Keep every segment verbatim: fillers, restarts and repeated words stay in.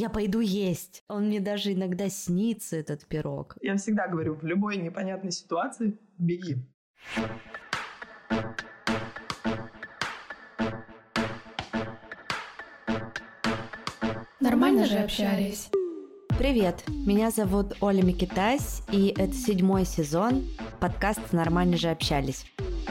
Я пойду есть. Он мне даже иногда снится, этот пирог. Я всегда говорю, в любой непонятной ситуации беги. Нормально же общались. Привет, меня зовут Оля Микитась, и это седьмой сезон подкаста «Нормально же общались».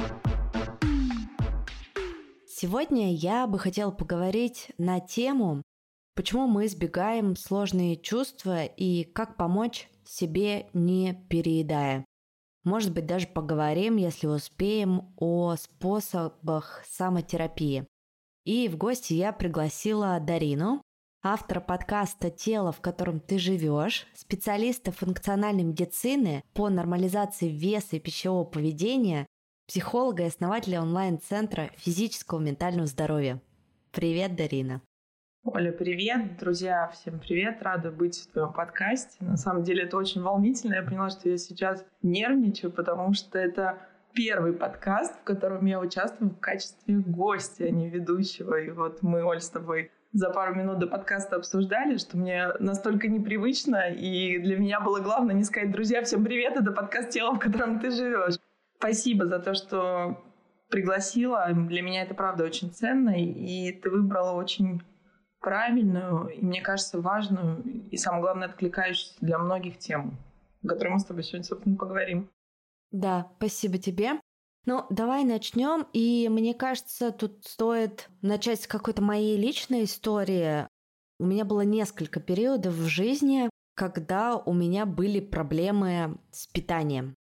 Сегодня я бы хотела поговорить на тему, почему мы избегаем сложные чувства и как помочь себе, не переедая. Может быть, даже поговорим, если успеем, о способах самотерапии. И в гости я пригласила Дарину, автора подкаста «Тело, в котором ты живешь», специалиста функциональной медицины по нормализации веса и пищевого поведения, психолога и основателя онлайн-центра физического и ментального здоровья. Привет, Дарина. Оля, привет. Друзья, всем привет. Рада быть в твоем подкасте. На самом деле это очень волнительно. Я поняла, что я сейчас нервничаю, потому что это первый подкаст, в котором я участвую в качестве гостя, а не ведущего. И вот мы, Оль, с тобой за пару минут до подкаста обсуждали, что мне настолько непривычно, и для меня было главное не сказать: друзья, всем привет, это подкаст «Тело, в котором ты живешь». Спасибо за то, что пригласила. Для меня это, правда, очень ценно, и ты выбрала очень правильную, и, мне кажется, важную, и, самое главное, откликающуюся для многих тему, о которой мы с тобой сегодня, собственно, поговорим. Да, спасибо тебе. Ну, давай начнем. И мне кажется, тут стоит начать с какой-то моей личной истории. У меня было несколько периодов в жизни, когда у меня были проблемы с питанием.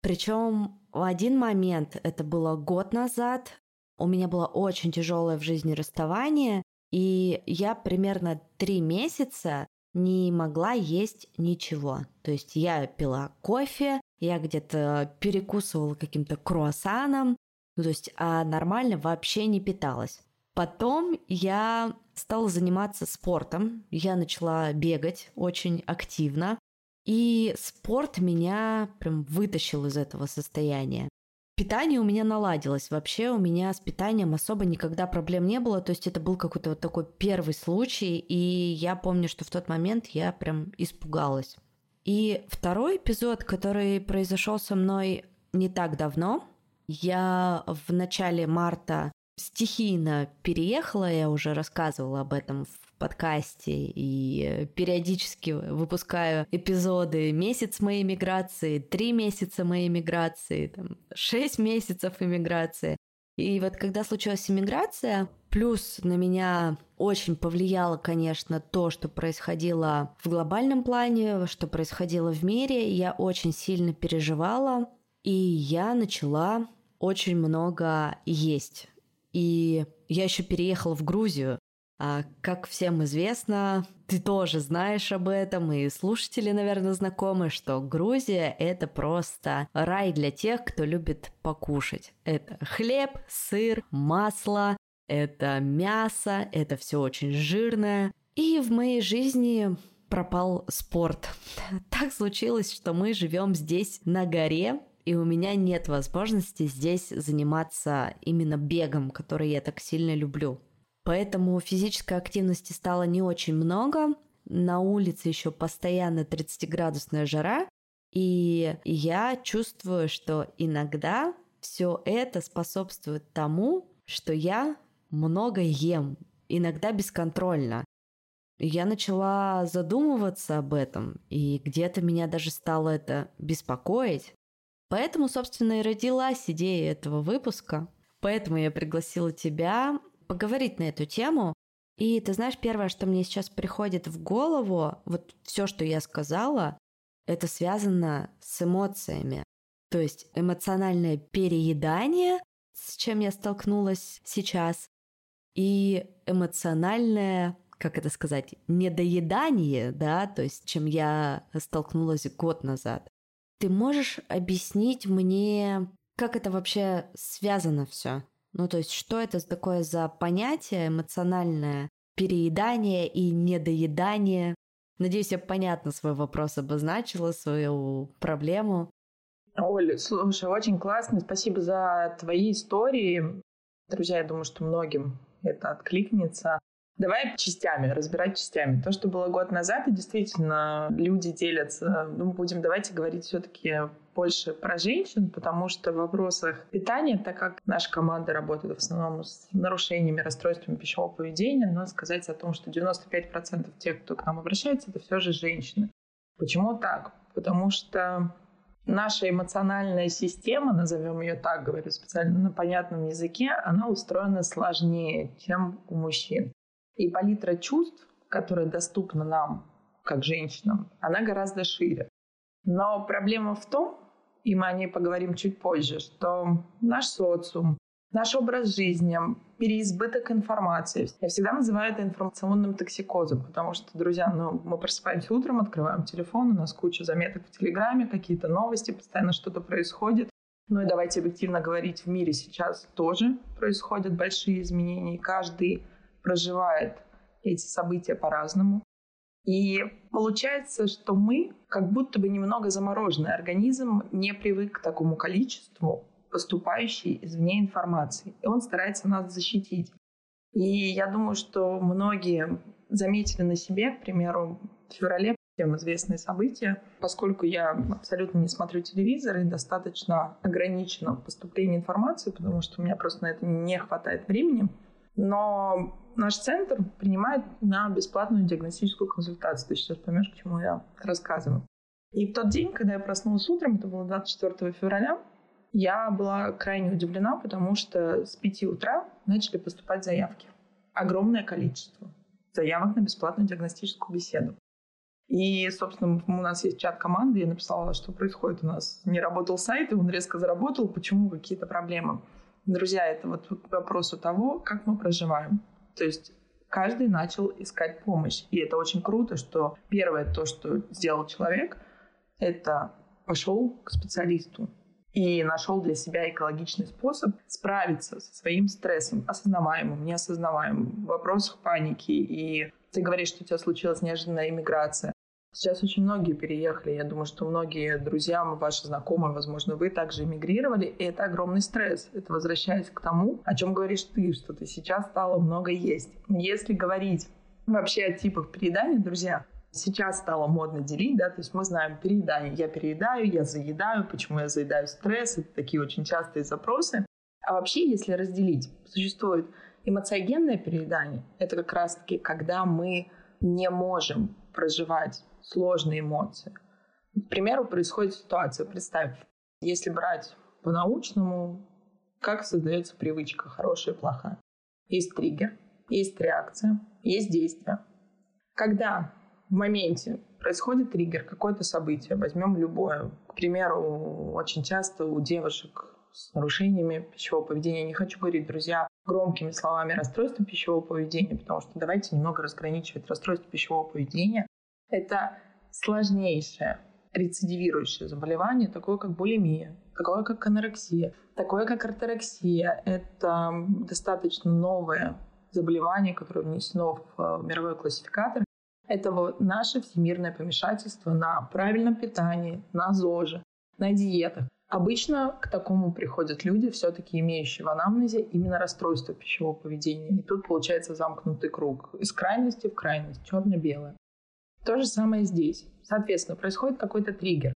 Причем в один момент, это было год назад, у меня было очень тяжелое в жизни расставание, и я примерно три месяца не могла есть ничего. То есть я пила кофе, я где-то перекусывала каким-то круассаном, ну, то есть а нормально вообще не питалась. Потом я стала заниматься спортом, я начала бегать очень активно, и спорт меня прям вытащил из этого состояния. Питание у меня наладилось. Вообще у меня с питанием особо никогда проблем не было. То есть это был какой-то вот такой первый случай. И я помню, что в тот момент я прям испугалась. И второй эпизод, который произошел со мной не так давно. Я в начале марта стихийно переехала. Я уже рассказывала об этом в подкасте и периодически выпускаю эпизоды: месяц моей миграции, три месяца моей миграции, там, шесть месяцев иммиграции. И вот когда случилась иммиграция, плюс на меня очень повлияло, конечно, то, что происходило в глобальном плане, что происходило в мире. Я очень сильно переживала, и я начала очень много есть. И я еще переехала в Грузию. А как всем известно, ты тоже знаешь об этом, и слушатели, наверное, знакомы, что Грузия — это просто рай для тех, кто любит покушать. Это хлеб, сыр, масло, это мясо, это все очень жирное. И в моей жизни пропал спорт. Так случилось, что мы живем здесь на горе, и у меня нет возможности здесь заниматься именно бегом, который я так сильно люблю. Поэтому физической активности стало не очень много. На улице еще постоянно тридцатиградусная жара. И я чувствую, что иногда все это способствует тому, что я много ем, иногда бесконтрольно. Я начала задумываться об этом, и где-то меня даже стало это беспокоить. Поэтому, собственно, и родилась идея этого выпуска. Поэтому я пригласила тебя поговорить на эту тему. И ты знаешь, первое, что мне сейчас приходит в голову, вот все, что я сказала, это связано с эмоциями. То есть эмоциональное переедание, с чем я столкнулась сейчас, и эмоциональное, как это сказать, недоедание, да, то есть с чем я столкнулась год назад. Ты можешь объяснить мне, как это вообще связано все? Ну, то есть, что это такое за понятие эмоциональное переедание и недоедание? Надеюсь, я понятно свой вопрос обозначила, свою проблему. Оля, слушай, очень классно. Спасибо за твои истории. Друзья, я думаю, что многим это откликнется. Давай частями, разбирать частями. То, что было год назад, и действительно люди делятся. Ну, будем, давайте говорить все-таки больше про женщин, потому что в вопросах питания, так как наша команда работает в основном с нарушениями, расстройствами пищевого поведения, но сказать о том, что девяносто пять процентов тех, кто к нам обращается, это все же женщины. Почему так? Потому что наша эмоциональная система, назовем ее так, говорю специально на понятном языке, она устроена сложнее, чем у мужчин. И палитра чувств, которая доступна нам, как женщинам, она гораздо шире. Но проблема в том, и мы о ней поговорим чуть позже, что наш социум, наш образ жизни, переизбыток информации. Я всегда называю это информационным токсикозом, потому что, друзья, ну, мы просыпаемся утром, открываем телефон, у нас куча заметок в Телеграме, какие-то новости, постоянно что-то происходит. Ну и давайте объективно говорить, в мире сейчас тоже происходят большие изменения, и каждый проживает эти события по-разному. И получается, что мы как будто бы немного замороженный организм, не привык к такому количеству поступающей извне информации. И он старается нас защитить. И я думаю, что многие заметили на себе, к примеру, в феврале всем известные события. Поскольку я абсолютно не смотрю телевизор и достаточно ограничено в поступлении информации, потому что у меня просто на это не хватает времени. Но наш центр принимает на бесплатную диагностическую консультацию. Ты сейчас поймешь, к чему я рассказываю. И в тот день, когда я проснулась утром, это было двадцать четвёртого февраля, я была крайне удивлена, потому что с пяти утра начали поступать заявки. Огромное количество заявок на бесплатную диагностическую беседу. И, собственно, у нас есть чат команды, я написала, что происходит у нас. Не работал сайт, и он резко заработал. Почему? Какие-то проблемы. Друзья, это вот к вопросу того, как мы проживаем. То есть каждый начал искать помощь. И это очень круто, что первое то, что сделал человек, это пошел к специалисту и нашел для себя экологичный способ справиться со своим стрессом, осознаваемым, неосознаваемым, в вопросах паники. И ты говоришь, что у тебя случилась неожиданная иммиграция. Сейчас очень многие переехали. Я думаю, что многие друзья, ваши знакомые, возможно, вы также эмигрировали. И это огромный стресс. Это возвращаясь к тому, о чем говоришь ты, что ты сейчас стала много есть. Если говорить вообще о типах переедания, друзья, сейчас стало модно делить, да, то есть мы знаем переедание. Я переедаю, я заедаю. Почему я заедаю? Стресс. Это такие очень частые запросы. А вообще, если разделить, существует эмоциогенное переедание. Это как раз-таки, когда мы не можем проживать сложные эмоции. К примеру, происходит ситуация. Представь, если брать по-научному, как создается привычка, хорошая и плохая. Есть триггер, есть реакция, есть действие. Когда в моменте происходит триггер, какое-то событие, возьмем любое. К примеру, очень часто у девушек с нарушениями пищевого поведения, не хочу говорить, друзья, громкими словами расстройство пищевого поведения, потому что давайте немного разграничивать расстройство пищевого поведения. Это сложнейшее рецидивирующее заболевание, такое как булимия, такое как анорексия, такое как орторексия. Это достаточно новое заболевание, которое внесено в мировой классификатор. Это вот наше всемирное помешательство на правильном питании, на ЗОЖе, на диетах. Обычно к такому приходят люди, все-таки имеющие в анамнезе именно расстройство пищевого поведения. И тут получается замкнутый круг. Из крайности в крайность, черно-белое. То же самое здесь. Соответственно, происходит какой-то триггер.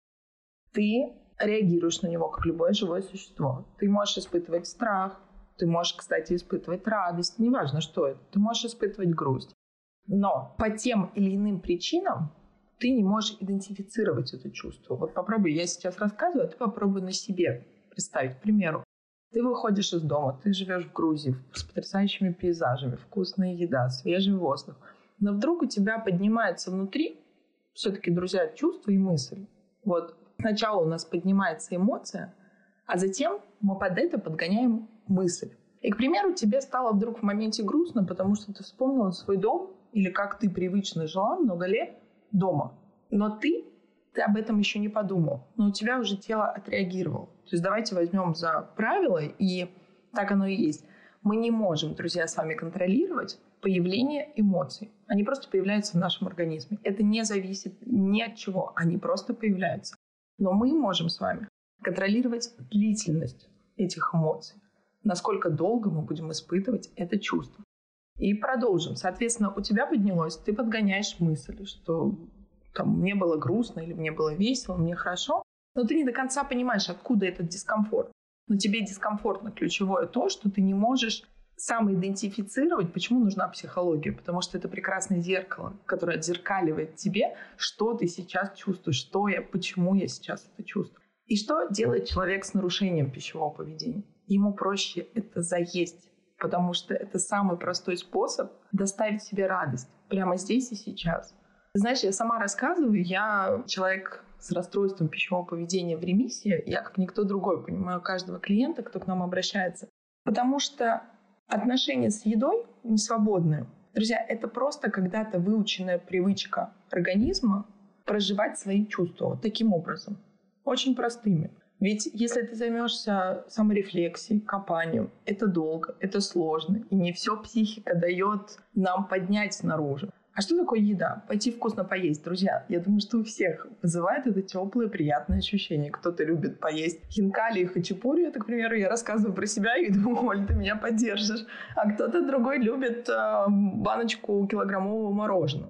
Ты реагируешь на него, как любое живое существо. Ты можешь испытывать страх, ты можешь, кстати, испытывать радость, неважно, что это. Ты можешь испытывать грусть. Но по тем или иным причинам ты не можешь идентифицировать это чувство. Вот попробуй, я сейчас рассказываю, а ты попробуй на себе представить. К примеру, ты выходишь из дома, ты живешь в Грузии с потрясающими пейзажами, вкусная еда, свежий воздух. Но вдруг у тебя поднимается внутри все-таки, друзья, чувство и мысль. Вот сначала у нас поднимается эмоция, а затем мы под это подгоняем мысль. И, к примеру, тебе стало вдруг в моменте грустно, потому что ты вспомнила свой дом или как ты привычно жила много лет дома. Но ты, ты об этом еще не подумал. Но у тебя уже тело отреагировало. То есть давайте возьмем за правило, и так оно и есть. Мы не можем, друзья, с вами контролировать появление эмоций. Они просто появляются в нашем организме. Это не зависит ни от чего. Они просто появляются. Но мы можем с вами контролировать длительность этих эмоций. Насколько долго мы будем испытывать это чувство. И продолжим. Соответственно, у тебя поднялось, ты подгоняешь мысль, что там, мне было грустно или мне было весело, мне хорошо, но ты не до конца понимаешь, откуда этот дискомфорт. Но тебе дискомфортно ключевое то, что ты не можешь самоидентифицировать, почему нужна психология, потому что это прекрасное зеркало, которое отзеркаливает тебе, что ты сейчас чувствуешь, что я, почему я сейчас это чувствую. И что делает человек с нарушением пищевого поведения? Ему проще это заесть, потому что это самый простой способ доставить себе радость прямо здесь и сейчас. Знаешь, я сама рассказываю, я человек с расстройством пищевого поведения в ремиссии, я как никто другой понимаю каждого клиента, кто к нам обращается, потому что отношения с едой несвободные. Друзья, это просто когда-то выученная привычка организма проживать свои чувства вот таким образом, очень простыми. Ведь если ты займешься саморефлексией, копанием, это долго, это сложно, и не все психика дает нам поднять снаружи. А что такое еда? Пойти вкусно поесть, друзья. Я думаю, что у всех вызывает это теплое, приятное ощущение. Кто-то любит поесть хинкали и хачапури. Это, к примеру, я рассказываю про себя и думаю, Оль, ты меня поддержишь. А кто-то другой любит э, баночку килограммового мороженого.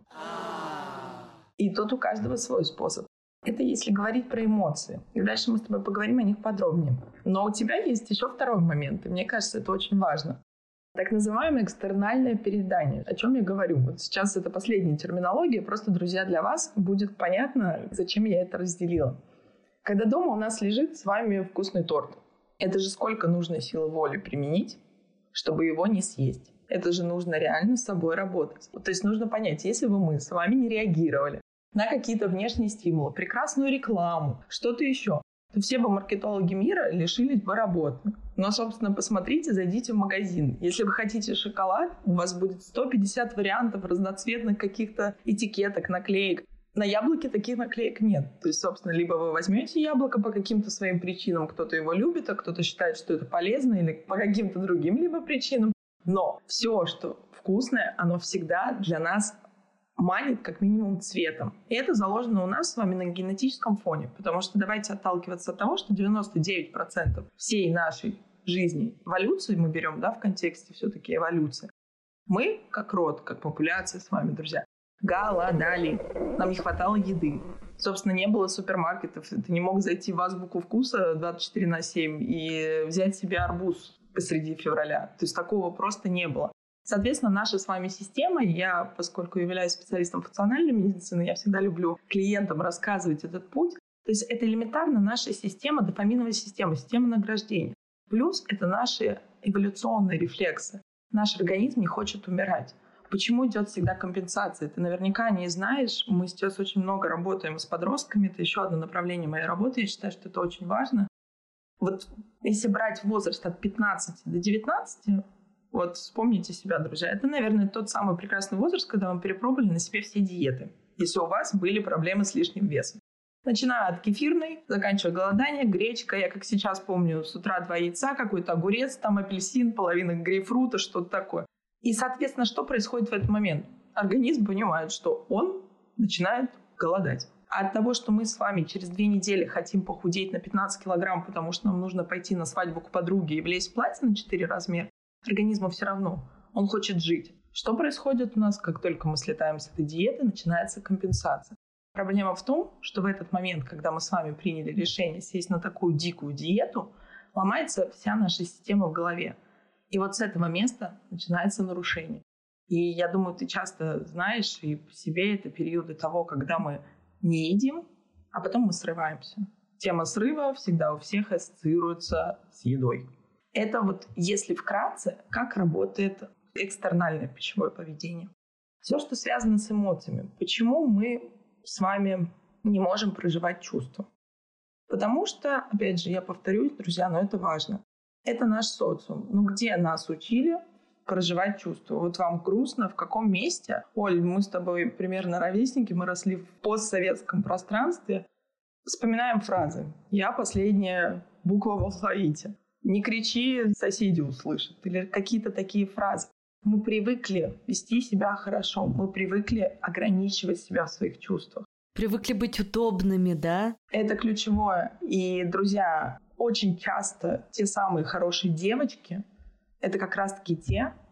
И тут у каждого свой способ. Это если говорить про эмоции. И дальше мы с тобой поговорим о них подробнее. Но у тебя есть еще второй момент, и мне кажется, это очень важно. Так называемое экстернальное переедание. О чем я говорю? Вот сейчас это последняя терминология, просто, друзья, для вас будет понятно, зачем я это разделила. Когда дома у нас лежит с вами вкусный торт, это же сколько нужно силы воли применить, чтобы его не съесть. Это же нужно реально с собой работать. То есть нужно понять, если бы мы с вами не реагировали на какие-то внешние стимулы, прекрасную рекламу, что-то еще, то все бы маркетологи мира лишились бы работы. Но, собственно, посмотрите, зайдите в магазин. Если вы хотите шоколад, у вас будет сто пятьдесят вариантов разноцветных каких-то этикеток, наклеек. На яблоке таких наклеек нет. То есть, собственно, либо вы возьмете яблоко по каким-то своим причинам, кто-то его любит, а кто-то считает, что это полезно, или по каким-то другим либо причинам. Но все, что вкусное, оно всегда для нас манит как минимум цветом. И это заложено у нас с вами на генетическом фоне. Потому что давайте отталкиваться от того, что девяносто девять процентов всей нашей жизни, эволюции мы берем, да, в контексте все-таки эволюции. Мы, как род, как популяция с вами, друзья, голодали. Нам не хватало еды. Собственно, не было супермаркетов. Ты не мог зайти в азбуку вкуса двадцать четыре на семь и взять себе арбуз посреди февраля. То есть такого просто не было. Соответственно, наша с вами система, я, поскольку являюсь специалистом функциональной медицины, я всегда люблю клиентам рассказывать этот путь. То есть это элементарно наша система, дофаминовая система, система награждения. Плюс это наши эволюционные рефлексы. Наш организм не хочет умирать. Почему идет всегда компенсация? Ты наверняка не знаешь. Мы сейчас очень много работаем с подростками. Это еще одно направление моей работы. Я считаю, что это очень важно. Вот если брать возраст от пятнадцати до девятнадцати, вот вспомните себя, друзья. Это, наверное, тот самый прекрасный возраст, когда вы перепробовали на себе все диеты. Если у вас были проблемы с лишним весом. Начиная от кефирной, заканчивая голодание, гречка. Я, как сейчас помню, с утра два яйца, какой-то огурец, там апельсин, половина грейпфрута, что-то такое. И, соответственно, что происходит в этот момент? Организм понимает, что он начинает голодать. А от того, что мы с вами через две недели хотим похудеть на пятнадцать килограмм, потому что нам нужно пойти на свадьбу к подруге и влезть в платье на четыре размера, организму все равно. Он хочет жить. Что происходит у нас, как только мы слетаем с этой диеты, начинается компенсация. Проблема в том, что в этот момент, когда мы с вами приняли решение сесть на такую дикую диету, ломается вся наша система в голове. И вот с этого места начинается нарушение. И я думаю, ты часто знаешь, и по себе это периоды того, когда мы не едим, а потом мы срываемся. Тема срыва всегда у всех ассоциируется с едой. Это вот, если вкратце, как работает экстернальное пищевое поведение. Все, что связано с эмоциями. Почему мы с вами не можем проживать чувства? Потому что, опять же, я повторюсь, друзья, но это важно. Это наш социум. Ну где нас учили проживать чувства? Вот вам грустно, в каком месте? Оль, мы с тобой примерно ровесники, мы росли в постсоветском пространстве. Вспоминаем фразы. Я последняя буква в алфавите. Не кричи, соседи услышат. Или какие-то такие фразы. Мы привыкли вести себя хорошо. Мы привыкли ограничивать себя в своих чувствах. Привыкли быть удобными, да? Это ключевое. И, друзья, очень часто те самые хорошие девочки, это как раз-таки те,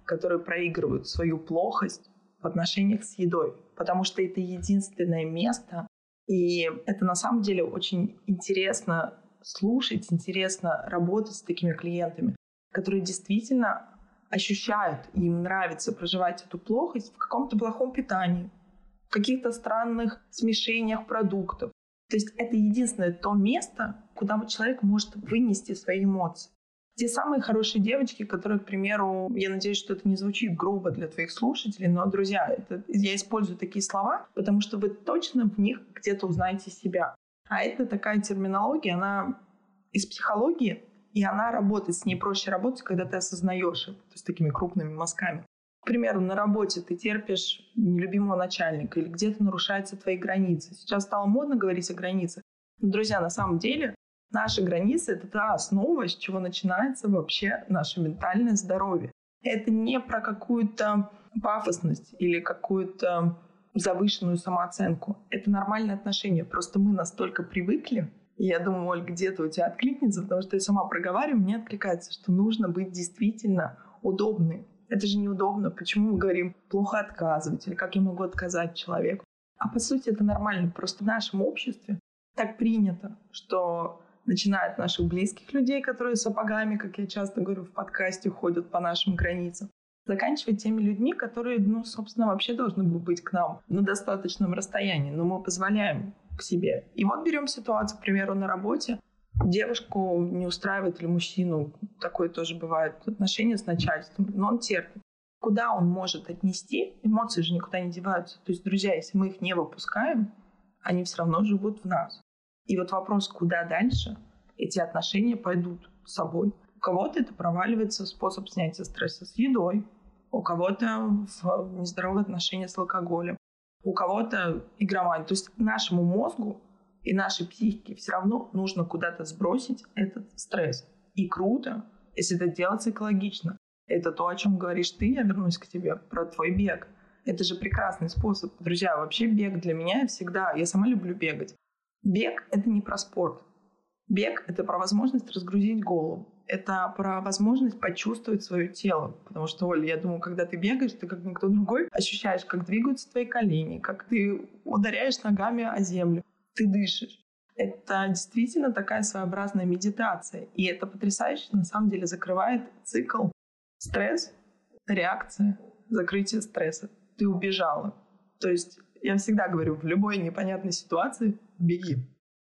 которые проигрывают свою плохость в отношениях с едой, потому что это единственное место, и это на самом деле очень интересно слушать, интересно работать с такими клиентами, которые действительно ощущают, и им нравится проживать эту плохость в каком-то плохом питании, в каких-то странных смешениях продуктов. То есть это единственное то место, куда человек может вынести свои эмоции. Те самые хорошие девочки, которые, к примеру, я надеюсь, что это не звучит грубо для твоих слушателей, но, друзья, это, я использую такие слова, потому что вы точно в них где-то узнаете себя. А это такая терминология, она из психологии, и она работает, с ней проще работать, когда ты осознаешь это, то есть такими крупными мазками. К примеру, на работе ты терпишь нелюбимого начальника или где-то нарушаются твои границы. Сейчас стало модно говорить о границах. Но, друзья, на самом деле наши границы — это та основа, с чего начинается вообще наше ментальное здоровье. Это не про какую-то пафосность или какую-то завышенную самооценку. Это нормальные отношения. Просто мы настолько привыкли, и я думаю, Оль, где-то у тебя откликнется, потому что я сама проговариваю, мне откликается, что нужно быть действительно удобной. Это же неудобно. Почему мы говорим плохо отказывать или как я могу отказать человеку? А по сути это нормально. Просто в нашем обществе так принято, что начиная от наших близких людей, которые сапогами, как я часто говорю в подкасте, ходят по нашим границам, заканчивая теми людьми, которые, ну, собственно, вообще должны бы быть к нам на достаточном расстоянии, но мы позволяем к себе. И вот берем ситуацию, к примеру, на работе. Девушку не устраивает или мужчину, такое тоже бывает, отношения с начальством, но он терпит. Куда он может отнести? Эмоции же никуда не деваются. То есть, друзья, если мы их не выпускаем, они все равно живут в нас. И вот вопрос, куда дальше эти отношения пойдут с собой. У кого-то это проваливается в способ снятия стресса с едой, у кого-то в нездоровые отношения с алкоголем, у кого-то игромания. То есть нашему мозгу и нашей психике все равно нужно куда-то сбросить этот стресс. И круто, если это делается экологично. Это то, о чем говоришь ты, я вернусь к тебе, про твой бег. Это же прекрасный способ. Друзья, вообще бег для меня всегда... Я сама люблю бегать. Бег — это не про спорт. Бег — это про возможность разгрузить голову. Это про возможность почувствовать свое тело. Потому что, Оля, я думаю, когда ты бегаешь, ты как никто другой ощущаешь, как двигаются твои колени, как ты ударяешь ногами о землю, ты дышишь. Это действительно такая своеобразная медитация. И это потрясающе, на самом деле, закрывает цикл стресс, реакция, закрытие стресса. Ты убежала. То есть я всегда говорю, в любой непонятной ситуации беги.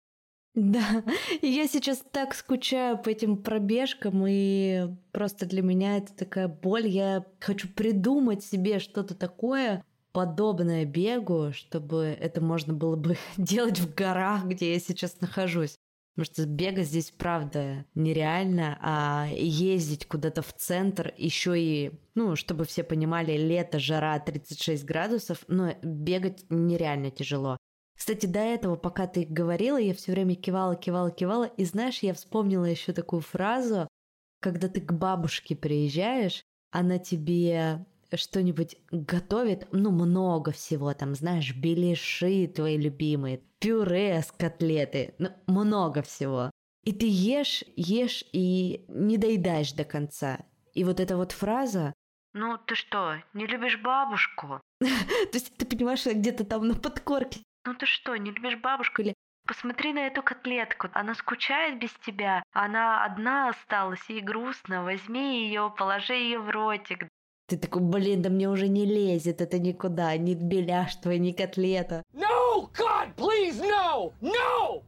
Да, и я сейчас так скучаю по этим пробежкам, и просто для меня это такая боль. Я хочу придумать себе что-то такое, подобное бегу, чтобы это можно было бы делать в горах, где я сейчас нахожусь. Потому что бегать здесь, правда, нереально, а ездить куда-то в центр, еще и, ну, чтобы все понимали, лето, жара, тридцать шесть градусов, но бегать нереально тяжело. Кстати, до этого, пока ты говорила, я все время кивала, кивала, кивала, и знаешь, я вспомнила еще такую фразу, когда ты к бабушке приезжаешь, она тебе что-нибудь готовит, ну, много всего, там, знаешь, беляши твои любимые, пюре с котлеты, ну, много всего. И ты ешь, ешь и не доедаешь до конца. И вот эта вот фраза «Ну, ты что, не любишь бабушку?» То есть ты понимаешь, где-то там на подкорке «Ну ты что, не любишь бабушку?» Или «Посмотри на эту котлетку, она скучает без тебя, она одна осталась, ей грустно, возьми ее, положи ее в ротик». Ты такой, блин, да мне уже не лезет это никуда, ни беляш твой, ни котлета. No, God, please, no, no,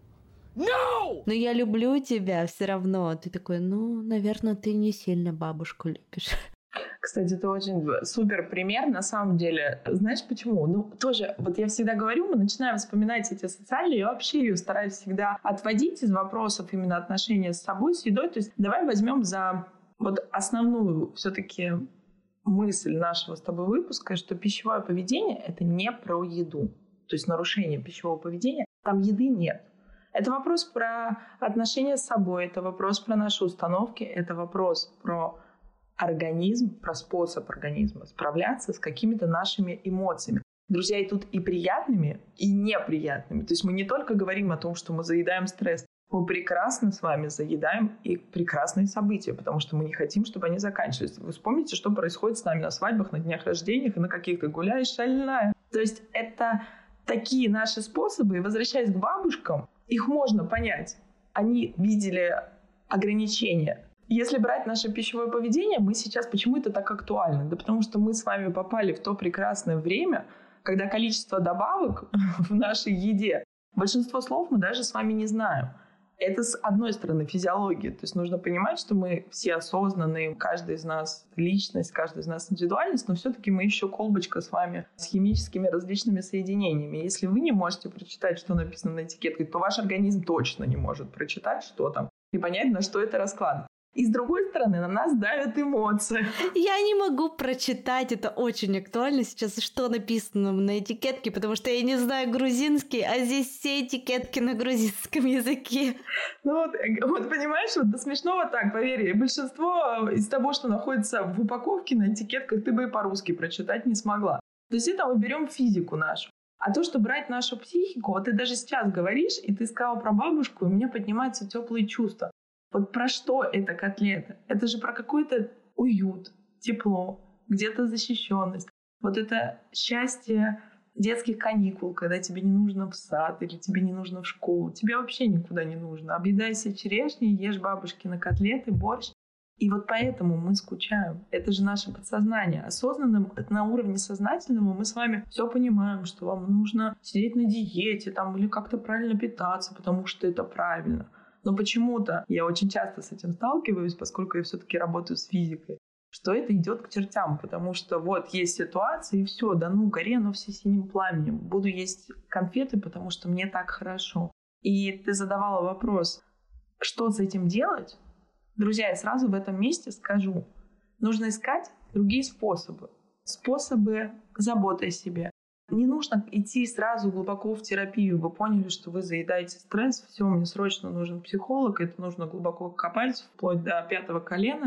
no! Но я люблю тебя все равно. Ты такой, ну, наверное, ты не сильно бабушку любишь. Кстати, это очень супер пример, на самом деле. Знаешь почему? Ну, тоже, вот я всегда говорю, мы начинаем вспоминать эти социальные, я вообще ее стараюсь всегда отводить из вопросов именно отношения с собой, с едой. То есть давай возьмем за вот основную все-таки мысль нашего с тобой выпуска, что пищевое поведение — это не про еду. То есть нарушение пищевого поведения, там еды нет. Это вопрос про отношения с собой, это вопрос про наши установки, это вопрос про организм, про способ организма справляться с какими-то нашими эмоциями. Друзья, и тут и приятными, и неприятными. То есть мы не только говорим о том, что мы заедаем стресс. Мы прекрасно с вами заедаем и прекрасные события, потому что мы не хотим, чтобы они заканчивались. Вы вспомните, что происходит с нами на свадьбах, на днях рождения и на каких-то гуляешь шальная. То есть это такие наши способы. И возвращаясь к бабушкам, их можно понять. Они видели ограничения. Если брать наше пищевое поведение, мы сейчас, почему это так актуально? Да потому что мы с вами попали в то прекрасное время, когда количество добавок в нашей еде, большинство слов мы даже с вами не знаем. Это с одной стороны физиология. То есть нужно понимать, что мы все осознанные, каждый из нас личность, каждый из нас индивидуальность, но все-таки мы еще колбочка с вами с химическими различными соединениями. Если вы не можете прочитать, что написано на этикетке, то ваш организм точно не может прочитать, что там, и понять, на что это раскладывается. И с другой стороны, на нас давят эмоции. Я не могу прочитать, это очень актуально сейчас, что написано на этикетке, потому что я не знаю грузинский, а здесь все этикетки на грузинском языке. Ну вот, вот понимаешь, вот до смешного так, поверь, большинство из того, что находится в упаковке на этикетках, ты бы и по-русски прочитать не смогла. То есть это мы берем физику нашу. А то, что брать нашу психику, вот ты даже сейчас говоришь, и ты сказала про бабушку, и у меня поднимаются теплые чувства. Вот про что эта котлета? Это же про какой-то уют, тепло, где-то защищенность. Вот это счастье детских каникул, когда тебе не нужно в сад или тебе не нужно в школу. Тебе вообще никуда не нужно. Объедайся черешней, ешь бабушкины котлеты, борщ. И вот поэтому мы скучаем. Это же наше подсознание. Осознанным, на уровне сознательного мы с вами все понимаем, что вам нужно сидеть на диете там, или как-то правильно питаться, потому что это правильно. Но почему-то я очень часто с этим сталкиваюсь, поскольку я все-таки работаю с физикой, что это идет к чертям, потому что вот есть ситуация, и все, да ну, гори оно все синим пламенем. Буду есть конфеты, потому что мне так хорошо. И ты задавала вопрос, что с этим делать? Друзья, я сразу в этом месте скажу, нужно искать другие способы. Способы заботы о себе. Не нужно идти сразу глубоко в терапию. Вы поняли, что вы заедаете стресс, все, мне срочно нужен психолог, это нужно глубоко копать, вплоть до пятого колена.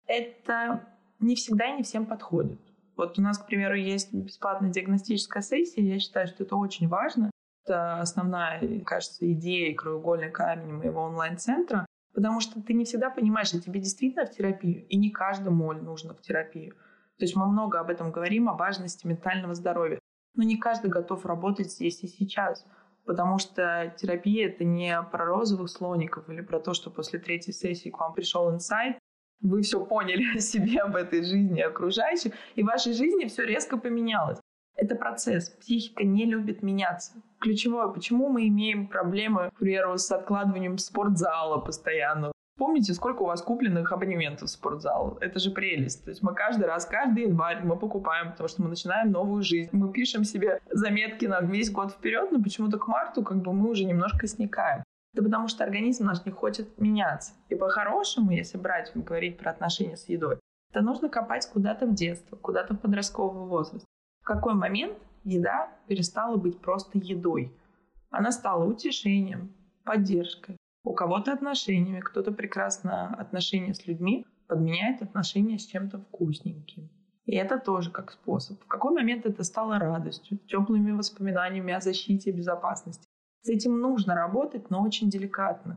Это не всегда и не всем подходит. Вот у нас, к примеру, есть бесплатная диагностическая сессия, я считаю, что это очень важно. Это основная, кажется, идея и краеугольный камень моего онлайн-центра, потому что ты не всегда понимаешь, что тебе действительно в терапию, и не каждому, Оль, нужно в терапию. То есть мы много об этом говорим, о важности ментального здоровья. Но не каждый готов работать здесь и сейчас, потому что терапия — это не про розовых слоников или про то, что после третьей сессии к вам пришел инсайт, вы все поняли о себе, об этой жизни, окружающих, и в вашей жизни все резко поменялось. Это процесс. Психика не любит меняться. Ключевое, почему мы имеем проблемы, к примеру, с откладыванием спортзала постоянно. Помните, сколько у вас купленных абонементов в спортзал? Это же прелесть. То есть мы каждый раз, каждый январь мы покупаем, потому что мы начинаем новую жизнь. Мы пишем себе заметки на весь год вперед, но почему-то к марту как бы мы уже немножко сникаем. Это потому что организм наш не хочет меняться. И по-хорошему, если брать, говорить про отношения с едой, то нужно копать куда-то в детство, куда-то в подростковый возраст. В какой момент еда перестала быть просто едой? Она стала утешением, поддержкой. У кого-то отношениями, кто-то прекрасно отношения с людьми подменяет отношения с чем-то вкусненьким. И это тоже как способ. В какой момент это стало радостью, теплыми воспоминаниями о защите и безопасности. С этим нужно работать, но очень деликатно.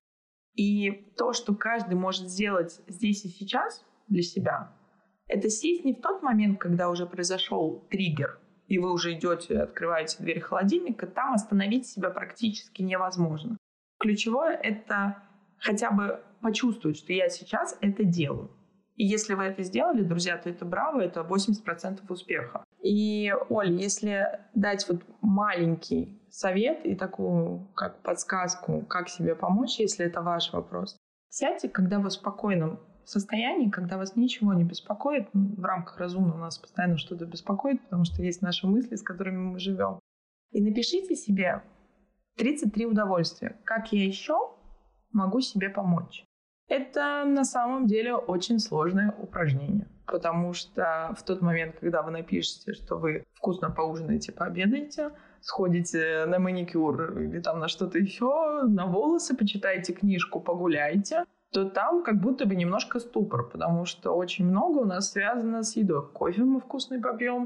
И то, что каждый может сделать здесь и сейчас для себя, это сесть не в тот момент, когда уже произошел триггер, и вы уже идете, открываете дверь холодильника, там остановить себя практически невозможно. Ключевое — это хотя бы почувствовать, что я сейчас это делаю. И если вы это сделали, друзья, то это браво, это восемьдесят процентов успеха. И, Оль, если дать вот маленький совет и такую как подсказку, как себе помочь, если это ваш вопрос, сядьте, когда вы в спокойном состоянии, когда вас ничего не беспокоит, в рамках разумного нас постоянно что-то беспокоит, потому что есть наши мысли, с которыми мы живем. И напишите себе тридцать три удовольствия. Как я еще могу себе помочь? Это на самом деле очень сложное упражнение, потому что в тот момент, когда вы напишете, что вы вкусно поужинаете, пообедаете, сходите на маникюр или там на что-то еще, на волосы, почитаете книжку, погуляйте, то там как будто бы немножко ступор, потому что очень много у нас связано с едой. Кофе мы вкусный попьем,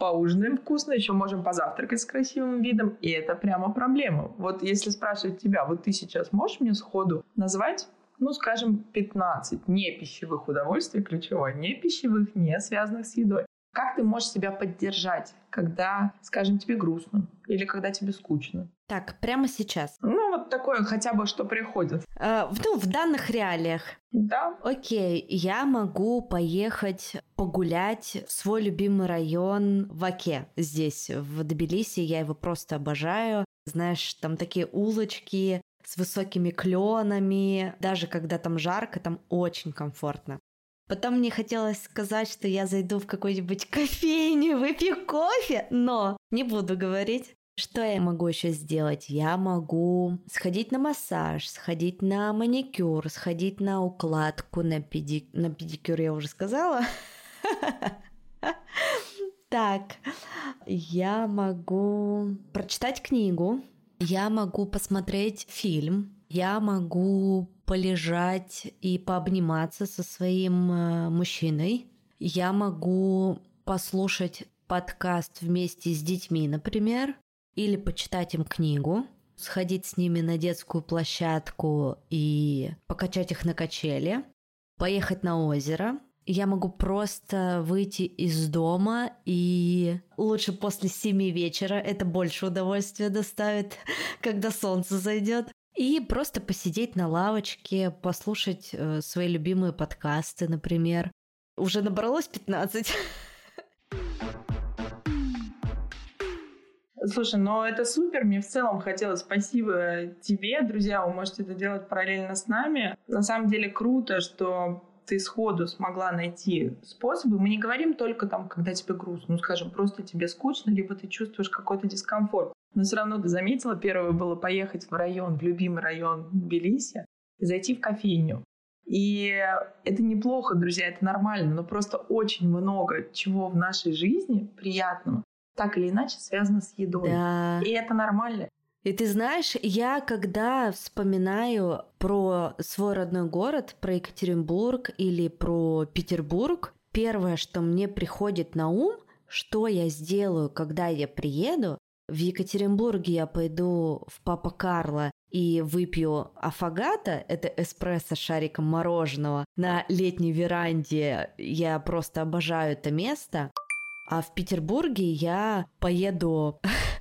поужинаем вкусно, еще можем позавтракать с красивым видом, и это прямо проблема. Вот если спрашивать тебя, вот ты сейчас можешь мне сходу назвать, ну, скажем, пятнадцать не пищевых удовольствий, ключевое, не пищевых, не связанных с едой. Как ты можешь себя поддержать, когда, скажем, тебе грустно или когда тебе скучно? Так, прямо сейчас. Ну, вот такое хотя бы, что приходит. Э, ну, в данных реалиях. Да. Окей, я могу поехать погулять в свой любимый район в Оке. Здесь, в Тбилиси, я его просто обожаю. Знаешь, там такие улочки с высокими кленами. Даже когда там жарко, там очень комфортно. Потом мне хотелось сказать, что я зайду в какую-нибудь кофейню, выпью кофе, но не буду говорить. Что я могу еще сделать? Я могу сходить на массаж, сходить на маникюр, сходить на укладку, на, педи... на педикюр, я уже сказала. Так, я могу прочитать книгу, я могу посмотреть фильм, я могу полежать и пообниматься со своим э, мужчиной. Я могу послушать подкаст вместе с детьми, например, или почитать им книгу, сходить с ними на детскую площадку и покачать их на качели, поехать на озеро. Я могу просто выйти из дома, и лучше после семи вечера, это больше удовольствия доставит, когда солнце зайдет. И просто посидеть на лавочке, послушать э, свои любимые подкасты, например. Уже набралось пятнадцать. Слушай, ну это супер. Мне в целом хотелось спасибо тебе. Друзья, вы можете это делать параллельно с нами. На самом деле круто, что ты сходу смогла найти способы. Мы не говорим только там, когда тебе грустно. Ну, скажем, просто тебе скучно, либо ты чувствуешь какой-то дискомфорт. Но все равно ты заметила, первое было поехать в район, в любимый район Тбилиси, и зайти в кофейню. И это неплохо, друзья, это нормально, но просто очень много чего в нашей жизни приятного так или иначе связано с едой. Да. И это нормально. И ты знаешь, я когда вспоминаю про свой родной город, про Екатеринбург или про Петербург, первое, что мне приходит на ум, что я сделаю, когда я приеду. В Екатеринбурге я пойду в Папа Карло и выпью аффогато, это эспрессо с шариком мороженого, на летней веранде. Я просто обожаю это место. А в Петербурге я поеду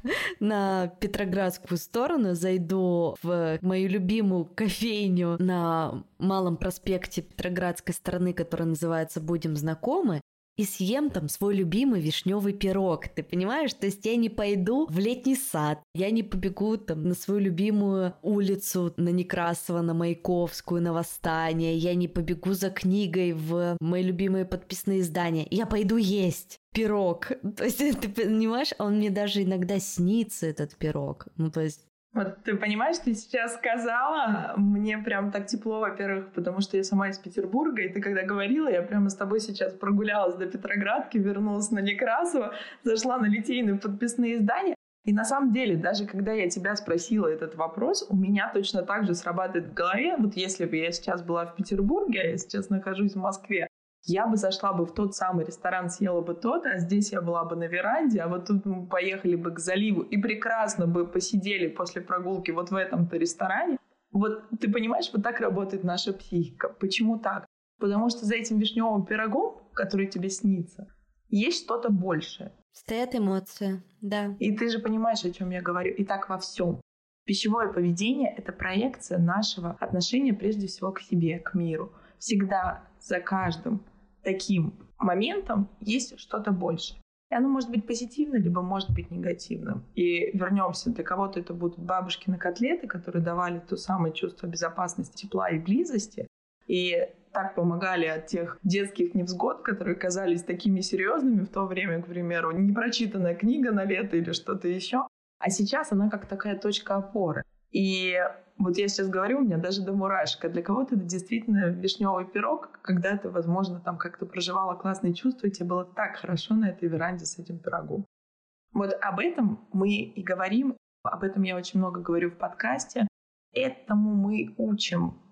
на Петроградскую сторону, зайду в мою любимую кофейню на Малом проспекте Петроградской стороны, которая называется «Будем знакомы», и съем там свой любимый вишневый пирог. Ты понимаешь? То есть я не пойду в летний сад, я не побегу там на свою любимую улицу, на Некрасова, на Маяковскую, на Восстание, я не побегу за книгой в мои любимые подписные издания. Я пойду есть пирог. То есть ты понимаешь, он мне даже иногда снится, этот пирог. Ну то есть Вот ты понимаешь, ты сейчас сказала, мне прям так тепло, во-первых, потому что я сама из Петербурга, и ты когда говорила, я прямо с тобой сейчас прогулялась до Петроградки, вернулась на Некрасова, зашла на литейные подписные издания. И на самом деле, даже когда я тебя спросила этот вопрос, у меня точно так же срабатывает в голове, вот если бы я сейчас была в Петербурге, а я сейчас нахожусь в Москве, я бы зашла бы в тот самый ресторан, съела бы тот, а здесь я была бы на веранде, а вот тут мы поехали бы к заливу и прекрасно бы посидели после прогулки вот в этом-то ресторане. Вот ты понимаешь, вот так работает наша психика. Почему так? Потому что за этим вишневым пирогом, который тебе снится, есть что-то большее. Стоят эмоции, да. И ты же понимаешь, о чем я говорю. И так во всем. Пищевое поведение — это проекция нашего отношения прежде всего к себе, к миру. Всегда за каждым таким моментом есть что-то большее. И оно может быть позитивным, либо может быть негативным. И вернемся, для кого-то это будут бабушкины котлеты, которые давали то самое чувство безопасности, тепла и близости. И так помогали от тех детских невзгод, которые казались такими серьезными в то время, к примеру, непрочитанная книга на лето или что-то еще. А сейчас она как такая точка опоры. И вот я сейчас говорю, у меня даже до мурашек. А для кого-то это действительно вишневый пирог, когда ты, возможно, там как-то проживала классные чувства, и тебе было так хорошо на этой веранде с этим пирогом. Вот об этом мы и говорим, об этом я очень много говорю в подкасте. Этому мы учим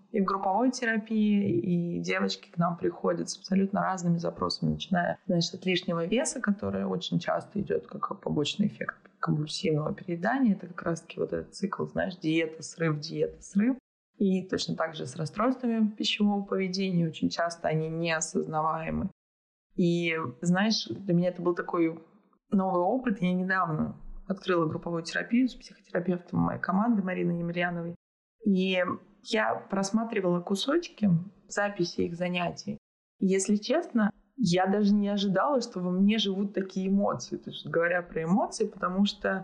и в групповой терапии, и девочки к нам приходят с абсолютно разными запросами, начиная, знаешь, от лишнего веса, который очень часто идет как побочный эффект компульсивного переедания. Это как раз-таки вот этот цикл, знаешь, диета, срыв, диета, срыв. И точно так же с расстройствами пищевого поведения. Очень часто они неосознаваемы. И, знаешь, для меня это был такой новый опыт. Я недавно открыла групповую терапию с психотерапевтом моей команды Мариной Емельяновой. И я просматривала кусочки записи их занятий. И, если честно, я даже не ожидала, что во мне живут такие эмоции. То есть, говоря про эмоции, потому что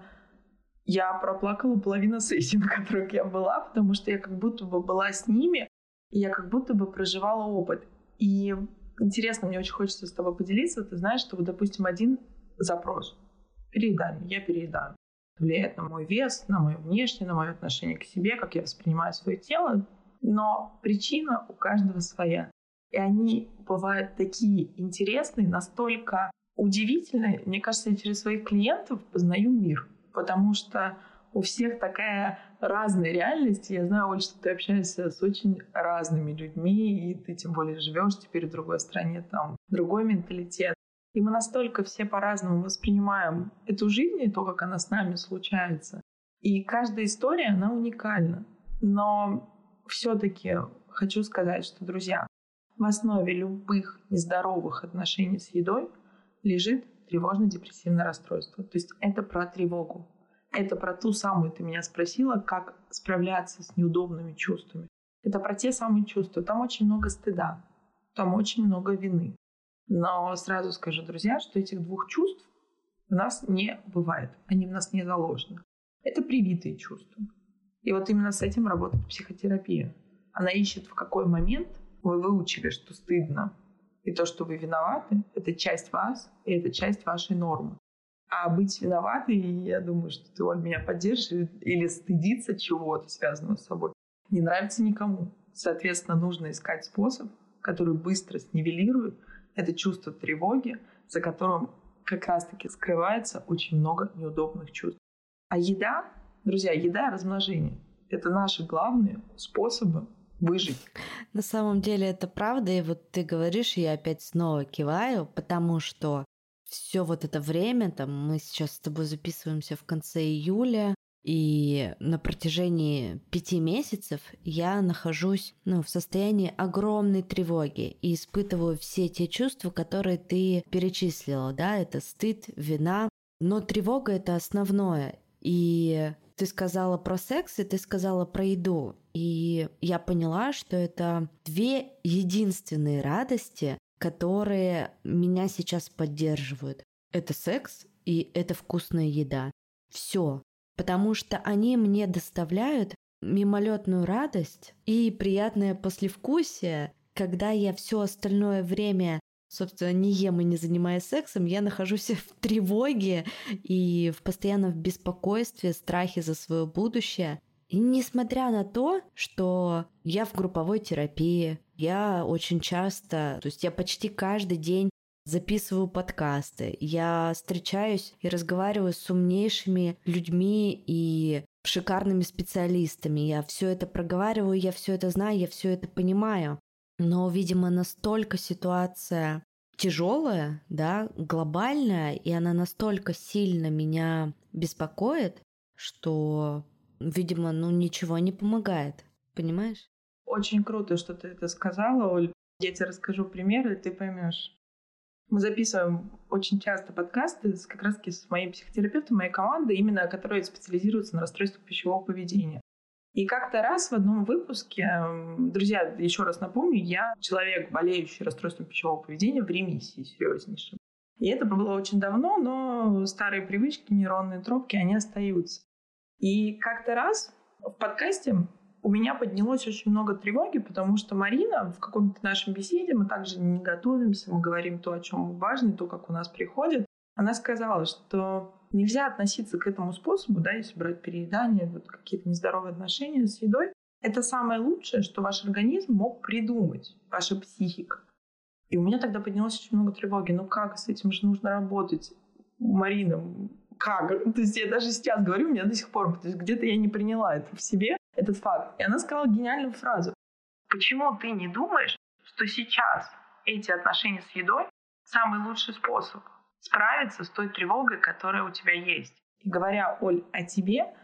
я проплакала половину сессий, на которых я была, потому что я как будто бы была с ними, и я как будто бы проживала опыт. И интересно, мне очень хочется с тобой поделиться. Ты знаешь, что, вот, допустим, один запрос — переедание, я переедаю. Влияет на мой вес, на мое внешнее, на мое отношение к себе, как я воспринимаю свое тело. Но причина у каждого своя. И они бывают такие интересные, настолько удивительные. Мне кажется, я через своих клиентов познаю мир. Потому что у всех такая разная реальность. Я знаю, Оль, что ты общаешься с очень разными людьми, и ты тем более живешь теперь в другой стране, там другой менталитет. И мы настолько все по-разному воспринимаем эту жизнь и то, как она с нами случается. И каждая история, она уникальна. Но все-таки хочу сказать, что, друзья, в основе любых нездоровых отношений с едой лежит тревожно-депрессивное расстройство. То есть это про тревогу. Это про ту самую, ты меня спросила, как справляться с неудобными чувствами. Это про те самые чувства. Там очень много стыда, там очень много вины. Но сразу скажу, друзья, что этих двух чувств у нас не бывает. Они в нас не заложены. Это привитые чувства. И вот именно с этим работает психотерапия. Она ищет, в какой момент вы выучили, что стыдно. И то, что вы виноваты, это часть вас, и это часть вашей нормы. А быть виноватой, я думаю, что ты, Оль, меня поддержишь, или стыдиться чего-то, связанного с собой, не нравится никому. Соответственно, нужно искать способ, который быстро снивелирует это чувство тревоги, за которым как раз-таки скрывается очень много неудобных чувств. А еда, друзья, еда и размножение — это наши главные способы выжить. На самом деле это правда, и вот ты говоришь, я опять снова киваю, потому что все вот это время, там мы сейчас с тобой записываемся в конце июля, и на протяжении пяти месяцев я нахожусь, ну, в состоянии огромной тревоги и испытываю все те чувства, которые ты перечислила, да, это стыд, вина, но тревога — это основное. И ты сказала про секс, и ты сказала про еду. И я поняла, что это две единственные радости, которые меня сейчас поддерживают. Это секс и это вкусная еда. Все. Потому что они мне доставляют мимолетную радость и приятное послевкусие, когда я все остальное время, собственно, не ем и не занимаюсь сексом, я нахожусь в тревоге и в постоянном беспокойстве, страхе за свое будущее. И несмотря на то, что я в групповой терапии, я очень часто, то есть я почти каждый день записываю подкасты, я встречаюсь и разговариваю с умнейшими людьми и шикарными специалистами. Я все это проговариваю, я все это знаю, я все это понимаю. Но, видимо, настолько ситуация тяжелая, да, глобальная, и она настолько сильно меня беспокоит, что, видимо, ну ничего не помогает. Понимаешь? Очень круто, что ты это сказала, Оль. Я тебе расскажу примеры, и ты поймешь. Мы записываем очень часто подкасты с, как раз с моим психотерапевтом, моей командой, именно которая специализируется на расстройствах пищевого поведения. И как-то раз в одном выпуске, друзья, еще раз напомню, я человек, болеющий расстройством пищевого поведения в ремиссии серьезнейшем. И это было очень давно, но старые привычки, нейронные тропки, они остаются. И как-то раз в подкасте у меня поднялось очень много тревоги, потому что Марина в каком-то нашем беседе, мы также не готовимся, мы говорим то, о чем важно, то, как у нас приходит. Она сказала, что нельзя относиться к этому способу, да, если брать переедание, вот какие-то нездоровые отношения с едой. Это самое лучшее, что ваш организм мог придумать, ваша психика. И у меня тогда поднялось очень много тревоги. Ну как, с этим же нужно работать, Марина, как? То есть я даже сейчас говорю, у меня до сих пор, то есть где-то я не приняла это в себе, этот факт. И она сказала гениальную фразу. Почему ты не думаешь, что сейчас эти отношения с едой самый лучший способ справиться с той тревогой, которая у тебя есть? И говоря, Оль, о тебе,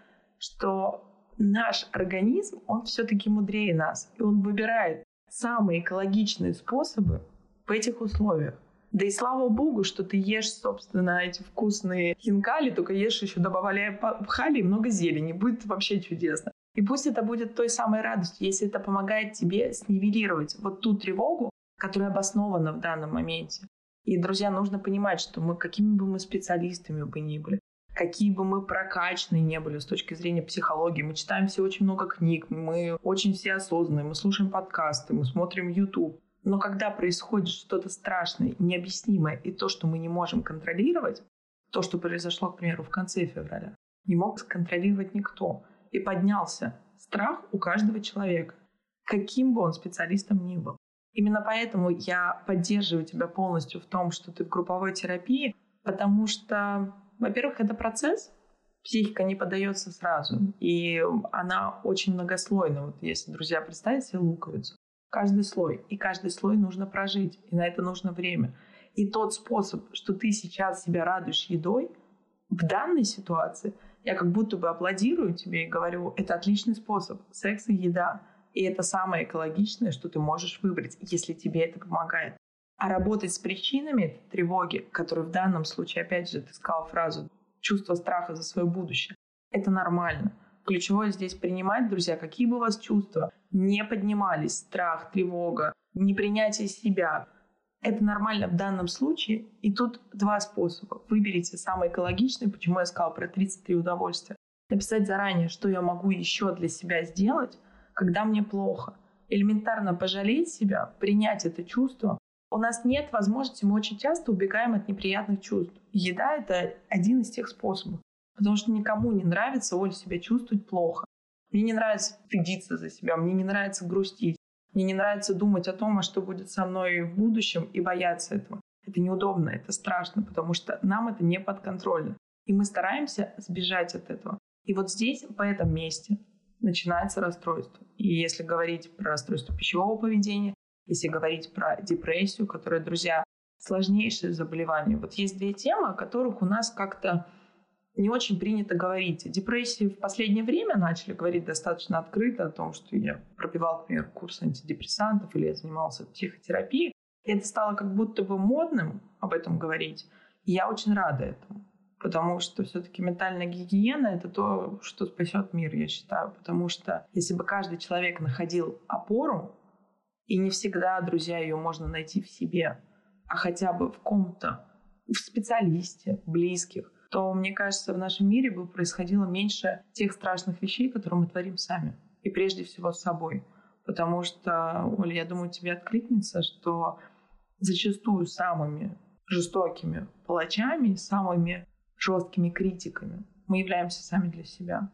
что наш организм, он все-таки мудрее нас, и он выбирает самые экологичные способы в этих условиях. Да и слава богу, что ты ешь, собственно, эти вкусные хинкали, только ешь еще добавляя пхали и много зелени. Будет вообще чудесно. И пусть это будет той самой радостью, если это помогает тебе снивелировать вот ту тревогу, которая обоснована в данном моменте. И, друзья, нужно понимать, что мы, какими бы мы специалистами бы ни были, какие бы мы прокачанные не были с точки зрения психологии, мы читаем все очень много книг, мы очень все осознанные, мы слушаем подкасты, мы смотрим YouTube. Но когда происходит что-то страшное, необъяснимое, и то, что мы не можем контролировать, то, что произошло, к примеру, в конце февраля, не мог сконтролировать никто. И поднялся страх у каждого человека, каким бы он специалистом ни был. Именно поэтому я поддерживаю тебя полностью в том, что ты в групповой терапии, потому что, во-первых, это процесс, психика не поддается сразу, и она очень многослойна. Вот если, друзья, представьте себе луковицу. Каждый слой, и каждый слой нужно прожить, и на это нужно время. И тот способ, что ты сейчас себя радуешь едой, в данной ситуации, я как будто бы аплодирую тебе и говорю, это отличный способ, секс и еда. И это самое экологичное, что ты можешь выбрать, если тебе это помогает. А работать с причинами этой тревоги, которые в данном случае, опять же, ты сказала фразу «чувство страха за свое будущее», это нормально. Ключевое здесь принимать, друзья, какие бы у вас чувства не поднимались, страх, тревога, непринятие себя. Это нормально в данном случае. И тут два способа. Выберите самый экологичный, почему я сказала про тридцать три удовольствия. Написать заранее, что я могу еще для себя сделать, когда мне плохо. Элементарно пожалеть себя, принять это чувство. У нас нет возможности, мы очень часто убегаем от неприятных чувств. Еда — это один из тех способов. Потому что никому не нравится, Оль, себя чувствовать плохо. Мне не нравится стыдиться за себя, мне не нравится грустить, мне не нравится думать о том, а что будет со мной в будущем, и бояться этого. Это неудобно, это страшно, потому что нам это не подконтрольно. И мы стараемся сбежать от этого. И вот здесь, по этом месте, начинается расстройство. И если говорить про расстройство пищевого поведения, если говорить про депрессию, которая, друзья, сложнейшее заболевание. Вот есть две темы, о которых у нас как-то не очень принято говорить. О депрессии в последнее время начали говорить достаточно открыто о том, что я пробивал, например, курс антидепрессантов или я занимался психотерапией. И это стало как будто бы модным об этом говорить. И я очень рада этому. Потому что все-таки ментальная гигиена — это то, что спасет мир, я считаю. Потому что если бы каждый человек находил опору, и не всегда, друзья, ее можно найти в себе, а хотя бы в ком-то, в специалисте, близких, то, мне кажется, в нашем мире бы происходило меньше тех страшных вещей, которые мы творим сами. И прежде всего с собой. Потому что, Оля, я думаю, тебе откликнется, что зачастую самыми жестокими палачами, самыми жесткими критиками мы являемся сами для себя.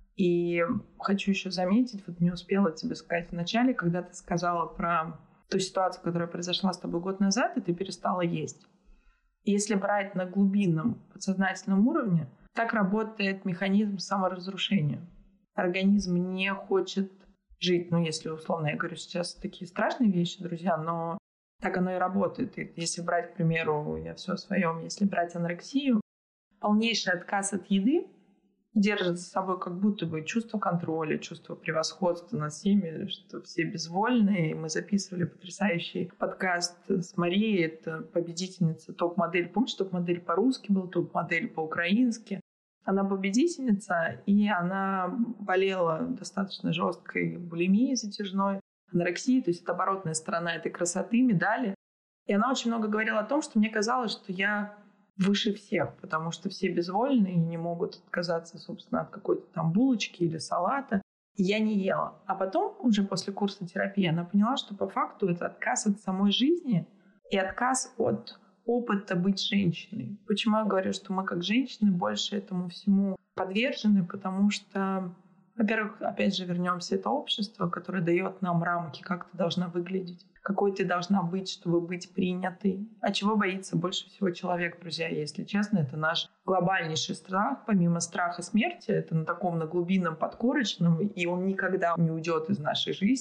И хочу еще заметить, вот не успела тебе сказать в начале, когда ты сказала про ту ситуацию, которая произошла с тобой год назад, и ты перестала есть. Если брать на глубинном подсознательном уровне, так работает механизм саморазрушения. Организм не хочет жить, ну, если условно, я говорю сейчас такие страшные вещи, друзья, но так оно и работает. И если брать, к примеру, я все о своем, если брать анорексию, полнейший отказ от еды держит за собой как будто бы чувство контроля, чувство превосходства над всеми, что все безвольные. Мы записывали потрясающий подкаст с Марией, это победительница топ-модель. Помните, топ-модель по-русски был, топ-модель по-украински. Она победительница, и она болела достаточно жесткой булимией затяжной, анорексией, то есть это оборотная сторона этой красоты, медали. И она очень много говорила о том, что мне казалось, что я выше всех, потому что все безвольны и не могут отказаться, собственно, от какой-то там булочки или салата. И я не ела. А потом, уже после курса терапии, она поняла, что по факту это отказ от самой жизни и отказ от опыта быть женщиной. Почему я говорю, что мы как женщины больше этому всему подвержены? Потому что, во-первых, опять же вернемся, это общество, которое дает нам рамки, как ты должна выглядеть, какой ты должна быть, чтобы быть принятой. А чего боится больше всего человек, друзья, если честно, это наш глобальнейший страх. Помимо страха смерти, это на таком на глубинном подкорочном, и он никогда не уйдет из нашей жизни.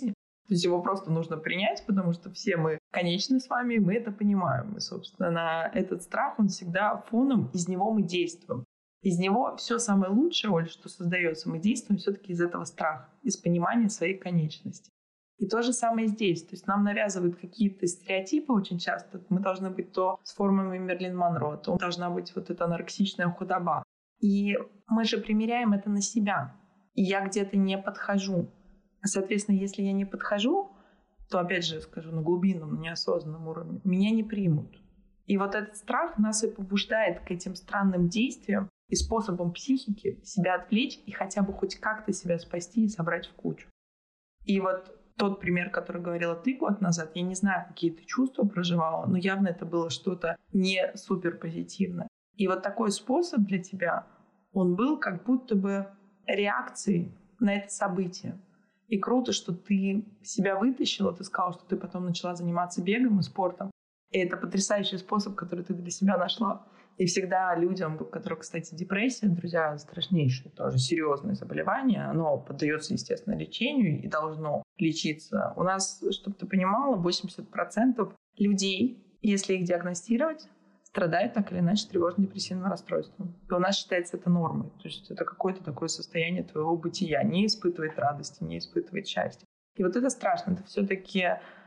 То есть его просто нужно принять, потому что все мы конечны с вами, и мы это понимаем. И, собственно, этот страх, он всегда фоном, из него мы действуем. Из него все самое лучшее, Оль, что создается, мы действуем все-таки из этого страха, из понимания своей конечности. И то же самое здесь. То есть нам навязывают какие-то стереотипы очень часто. Мы должны быть то с формами Мерлин Монро, то должна быть вот эта анорексичная худоба. И мы же примеряем это на себя. И я где-то не подхожу. Соответственно, если я не подхожу, то, опять же, скажу, на глубинном, на неосознанном уровне, меня не примут. И вот этот страх нас и побуждает к этим странным действиям и способам психики себя отвлечь и хотя бы хоть как-то себя спасти и собрать в кучу. И вот тот пример, который говорила ты год назад, я не знаю, какие ты чувства проживала, но явно это было что-то не супер позитивное. И вот такой способ для тебя, он был как будто бы реакцией на это событие. И круто, что ты себя вытащила, ты сказала, что ты потом начала заниматься бегом и спортом. И это потрясающий способ, который ты для себя нашла. И всегда людям, у которых, кстати, депрессия, друзья, страшнейшее тоже серьезное заболевание, оно поддается, естественно, лечению и должно лечиться. У нас, чтобы ты понимала, восемьдесят процентов людей, если их диагностировать, страдают так или иначе тревожно-депрессивным расстройством. И у нас считается это нормой. То есть это какое-то такое состояние твоего бытия. Не испытывает радости, не испытывает счастья. И вот это страшно. Это все-таки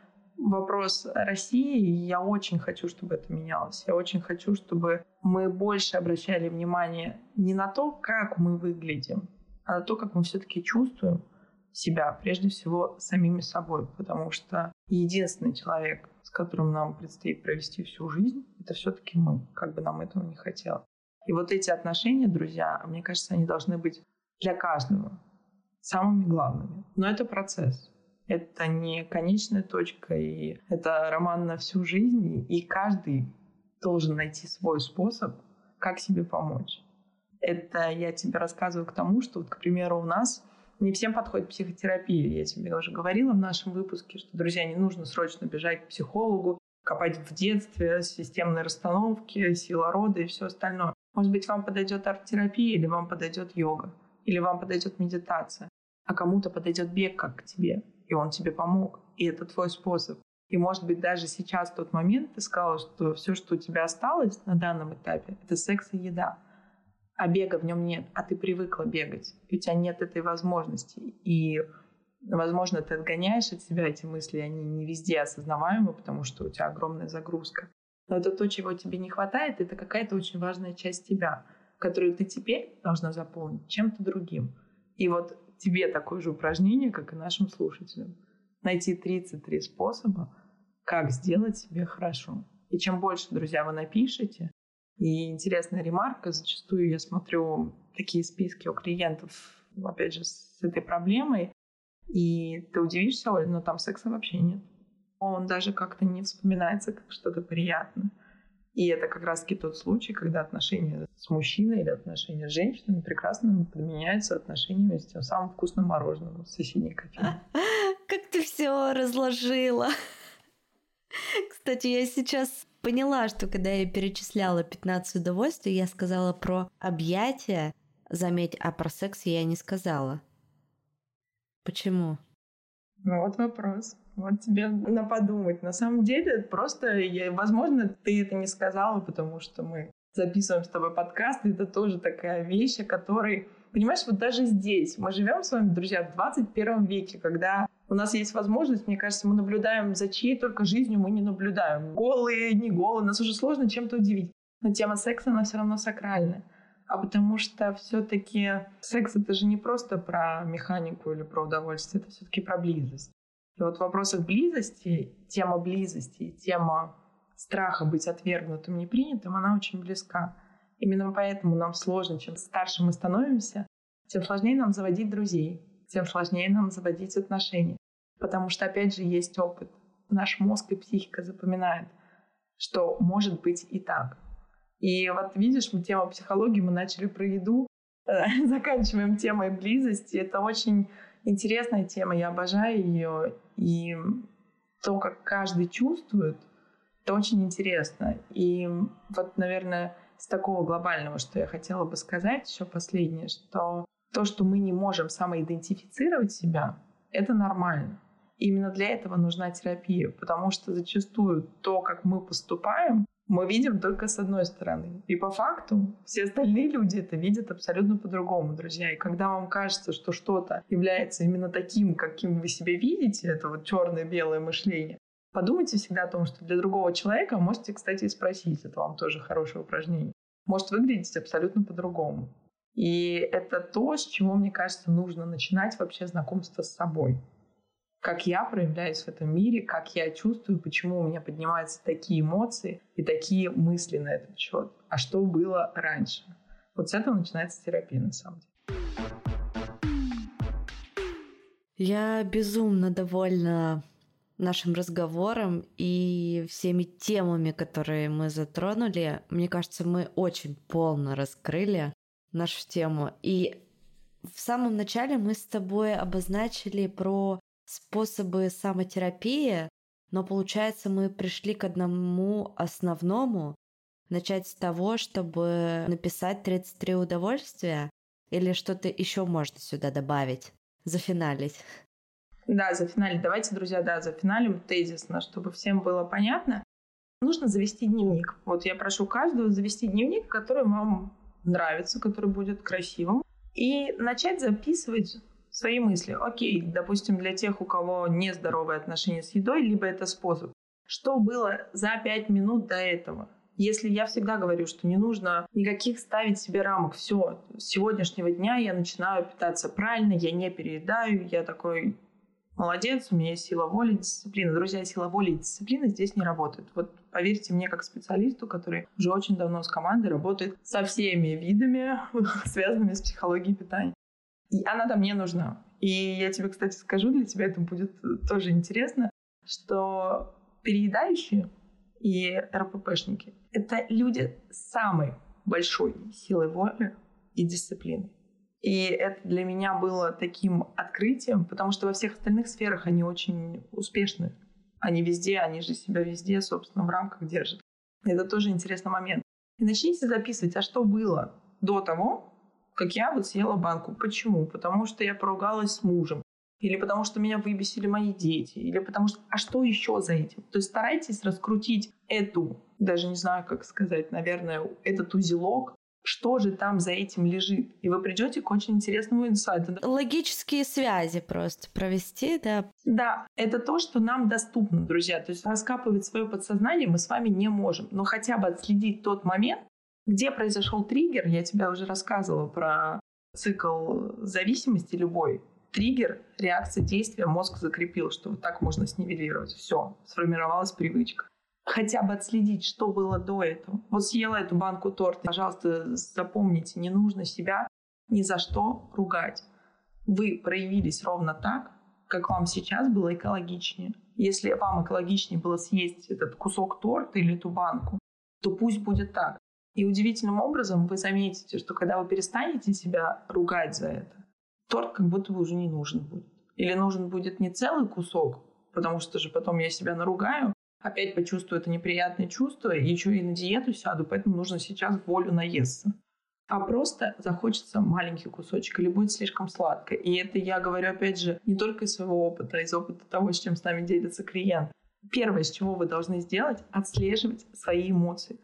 вопрос России. И я очень хочу, чтобы это менялось. Я очень хочу, чтобы мы больше обращали внимание не на то, как мы выглядим, а на то, как мы все-таки чувствуем себя, прежде всего, самими собой. Потому что единственный человек, с которым нам предстоит провести всю жизнь, это все-таки мы, как бы нам этого не хотелось. И вот эти отношения, друзья, мне кажется, они должны быть для каждого самыми главными. Но это процесс. Это не конечная точка, и это роман на всю жизнь, и каждый должен найти свой способ, как себе помочь. Это я тебе рассказываю к тому, что, вот, к примеру, у нас не всем подходит психотерапия. Я тебе уже говорила в нашем выпуске, что, друзья, не нужно срочно бежать к психологу, копать в детстве, системные расстановки, сила рода и все остальное. Может быть, вам подойдет арт-терапия, или вам подойдет йога, или вам подойдет медитация, а кому-то подойдет бег как к тебе, и он тебе помог, и это твой способ. И, может быть, даже сейчас, в тот момент, ты сказала, что все, что у тебя осталось на данном этапе, это секс и еда. А бега в нем нет, а ты привыкла бегать. И у тебя нет этой возможности. И, возможно, ты отгоняешь от себя эти мысли, они не везде осознаваемы, потому что у тебя огромная загрузка. Но это то, чего тебе не хватает, это какая-то очень важная часть тебя, которую ты теперь должна заполнить чем-то другим. И вот тебе такое же упражнение, как и нашим слушателям. Найти тридцать три способа, как сделать себе хорошо. И чем больше, друзья, вы напишете, и интересная ремарка, зачастую я смотрю такие списки у клиентов, опять же, с этой проблемой, и ты удивишься, Оль, но там секса вообще нет. Он даже как-то не вспоминается как что-то приятное. И это как раз-таки тот случай, когда отношения с мужчиной или отношения с женщиной прекрасно подменяются отношениями с тем самым вкусным мороженым с соседней кофейни. Как ты все разложила. Кстати, я сейчас поняла, что когда я перечисляла пятнадцать удовольствий, я сказала про объятия, заметь, а про секс я не сказала. Почему? Ну вот вопрос. Вот тебе на подумать. На самом деле, просто, я, возможно, ты это не сказала, потому что мы записываем с тобой подкаст, и это тоже такая вещь, о которой, понимаешь, вот даже здесь мы живем с вами, друзья, в двадцать первом веке, когда у нас есть возможность, мне кажется, мы наблюдаем за чьей только жизнью мы не наблюдаем. Голые, не голые, нас уже сложно чем-то удивить. Но тема секса, она все равно сакральная. А потому что все-таки секс — это же не просто про механику или про удовольствие, это все-таки про близость. И вот в вопросах близости, тема близости, тема страха быть отвергнутым, непринятым, она очень близка. Именно поэтому нам сложно, чем старше мы становимся, тем сложнее нам заводить друзей, тем сложнее нам заводить отношения. Потому что, опять же, есть опыт. Наш мозг и психика запоминают, что может быть и так. И вот видишь, мы тему психологии, мы начали про еду, заканчиваем темой близости. Это очень интересная тема, я обожаю ее. И то, как каждый чувствует, это очень интересно. И вот, наверное, с такого глобального, что я хотела бы сказать, еще последнее, что то, что мы не можем самоидентифицировать себя, это нормально. Именно для этого нужна терапия, потому что зачастую то, как мы поступаем, мы видим только с одной стороны. И по факту все остальные люди это видят абсолютно по-другому, друзья. И когда вам кажется, что что-то является именно таким, каким вы себя видите, это вот черное-белое мышление, подумайте всегда о том, что для другого человека, можете, кстати, и спросить, это вам тоже хорошее упражнение, может выглядеть абсолютно по-другому. И это то, с чего, мне кажется, нужно начинать вообще знакомство с собой. Как я проявляюсь в этом мире, как я чувствую, почему у меня поднимаются такие эмоции и такие мысли на этот счет. А что было раньше? Вот с этого начинается терапия, на самом деле. Я безумно довольна нашим разговором и всеми темами, которые мы затронули. Мне кажется, мы очень полно раскрыли нашу тему. И в самом начале мы с тобой обозначили про способы самотерапии, но получается, мы пришли к одному основному. Начать с того, чтобы написать тридцать три удовольствия, или что-то еще можно сюда добавить, зафиналить? Да, зафиналить. Давайте, друзья, да, зафиналим тезисно, чтобы всем было понятно. Нужно завести дневник. Вот я прошу каждого завести дневник, который вам нравится, который будет красивым, и начать записывать свои мысли. Окей, допустим, для тех, у кого нездоровые отношения с едой, либо это способ. Что было за пять минут до этого? Если я всегда говорю, что не нужно никаких ставить себе рамок. Все, с сегодняшнего дня я начинаю питаться правильно, я не переедаю, я такой молодец, у меня есть сила воли, дисциплина. Друзья, сила воли и дисциплина здесь не работают. Вот поверьте мне, как специалисту, который уже очень давно с командой работает со всеми видами, связанными с психологией питания. И она там не нужна. И я тебе, кстати, скажу, для тебя это будет тоже интересно, что переедающие и эр пэ пэшники — это люди с самой большой силой воли и дисциплины. И это для меня было таким открытием, потому что во всех остальных сферах они очень успешны. Они везде, они же себя везде, собственно, в рамках держат. Это тоже интересный момент. И начните записывать, а что было до того, как я вот съела банку. Почему? Потому что я поругалась с мужем. Или потому что меня выбесили мои дети. Или потому что... А что еще за этим? То есть старайтесь раскрутить эту, даже не знаю, как сказать, наверное, этот узелок, что же там за этим лежит. И вы придете к очень интересному инсайту. Логические связи просто провести, да? Да, это то, что нам доступно, друзья. То есть раскапывать свое подсознание мы с вами не можем. Но хотя бы отследить тот момент, где произошел триггер. Я тебе уже рассказывала про цикл зависимости любой. Триггер, реакция, действие, мозг закрепил, что вот так можно снивелировать. Все, сформировалась привычка. Хотя бы отследить, что было до этого. Вот съела эту банку торта. Пожалуйста, запомните, не нужно себя ни за что ругать. Вы проявились ровно так, как вам сейчас было экологичнее. Если вам экологичнее было съесть этот кусок торта или эту банку, то пусть будет так. И удивительным образом вы заметите, что когда вы перестанете себя ругать за это, торт как будто бы уже не нужен будет. Или нужен будет не целый кусок, потому что же потом я себя наругаю, опять почувствую это неприятное чувство, и еще и на диету сяду, поэтому нужно сейчас в волю наесться. А просто захочется маленький кусочек или будет слишком сладко. И это я говорю, опять же, не только из своего опыта, а из опыта того, с чем с нами делится клиент. Первое, с чего вы должны сделать, отслеживать свои эмоции.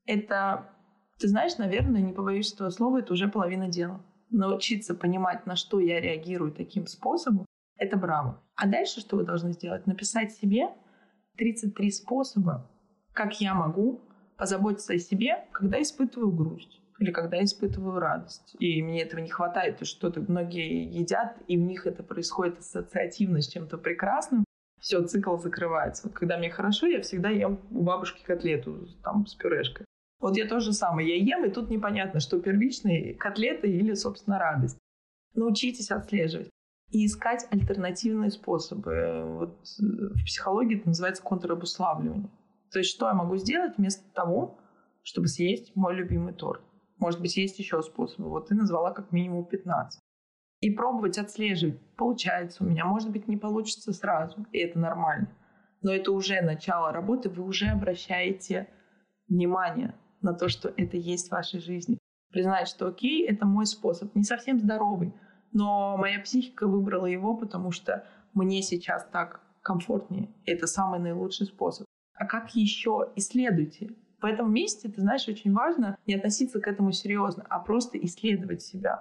Это, ты знаешь, наверное, не побоюсь этого слова, это уже половина дела. Научиться понимать, на что я реагирую таким способом, это браво. А дальше что вы должны сделать? Написать себе тридцать три способа, как я могу позаботиться о себе, когда испытываю грусть или когда испытываю радость. И мне этого не хватает, то что-то многие едят, и у них это происходит ассоциативно с чем-то прекрасным. Все, цикл закрывается. Вот когда мне хорошо, я всегда ем у бабушки котлету там, с пюрешкой. Вот я то же самое. Я ем, и тут непонятно, что первичные котлеты или, собственно, радость. Научитесь отслеживать. И искать альтернативные способы. Вот в психологии это называется контрабуславливание. То есть что я могу сделать вместо того, чтобы съесть мой любимый торт? Может быть, есть еще способы. Вот ты назвала как минимум пятнадцать. И пробовать отслеживать. Получается у меня. Может быть, не получится сразу. И это нормально. Но это уже начало работы. Вы уже обращаете внимание на то, что это есть в вашей жизни. Признать, что окей, это мой способ. Не совсем здоровый. Но моя психика выбрала его, потому что мне сейчас так комфортнее, это самый наилучший способ. А как еще? Исследуйте. В этом месте, ты знаешь, очень важно не относиться к этому серьезно, а просто исследовать себя.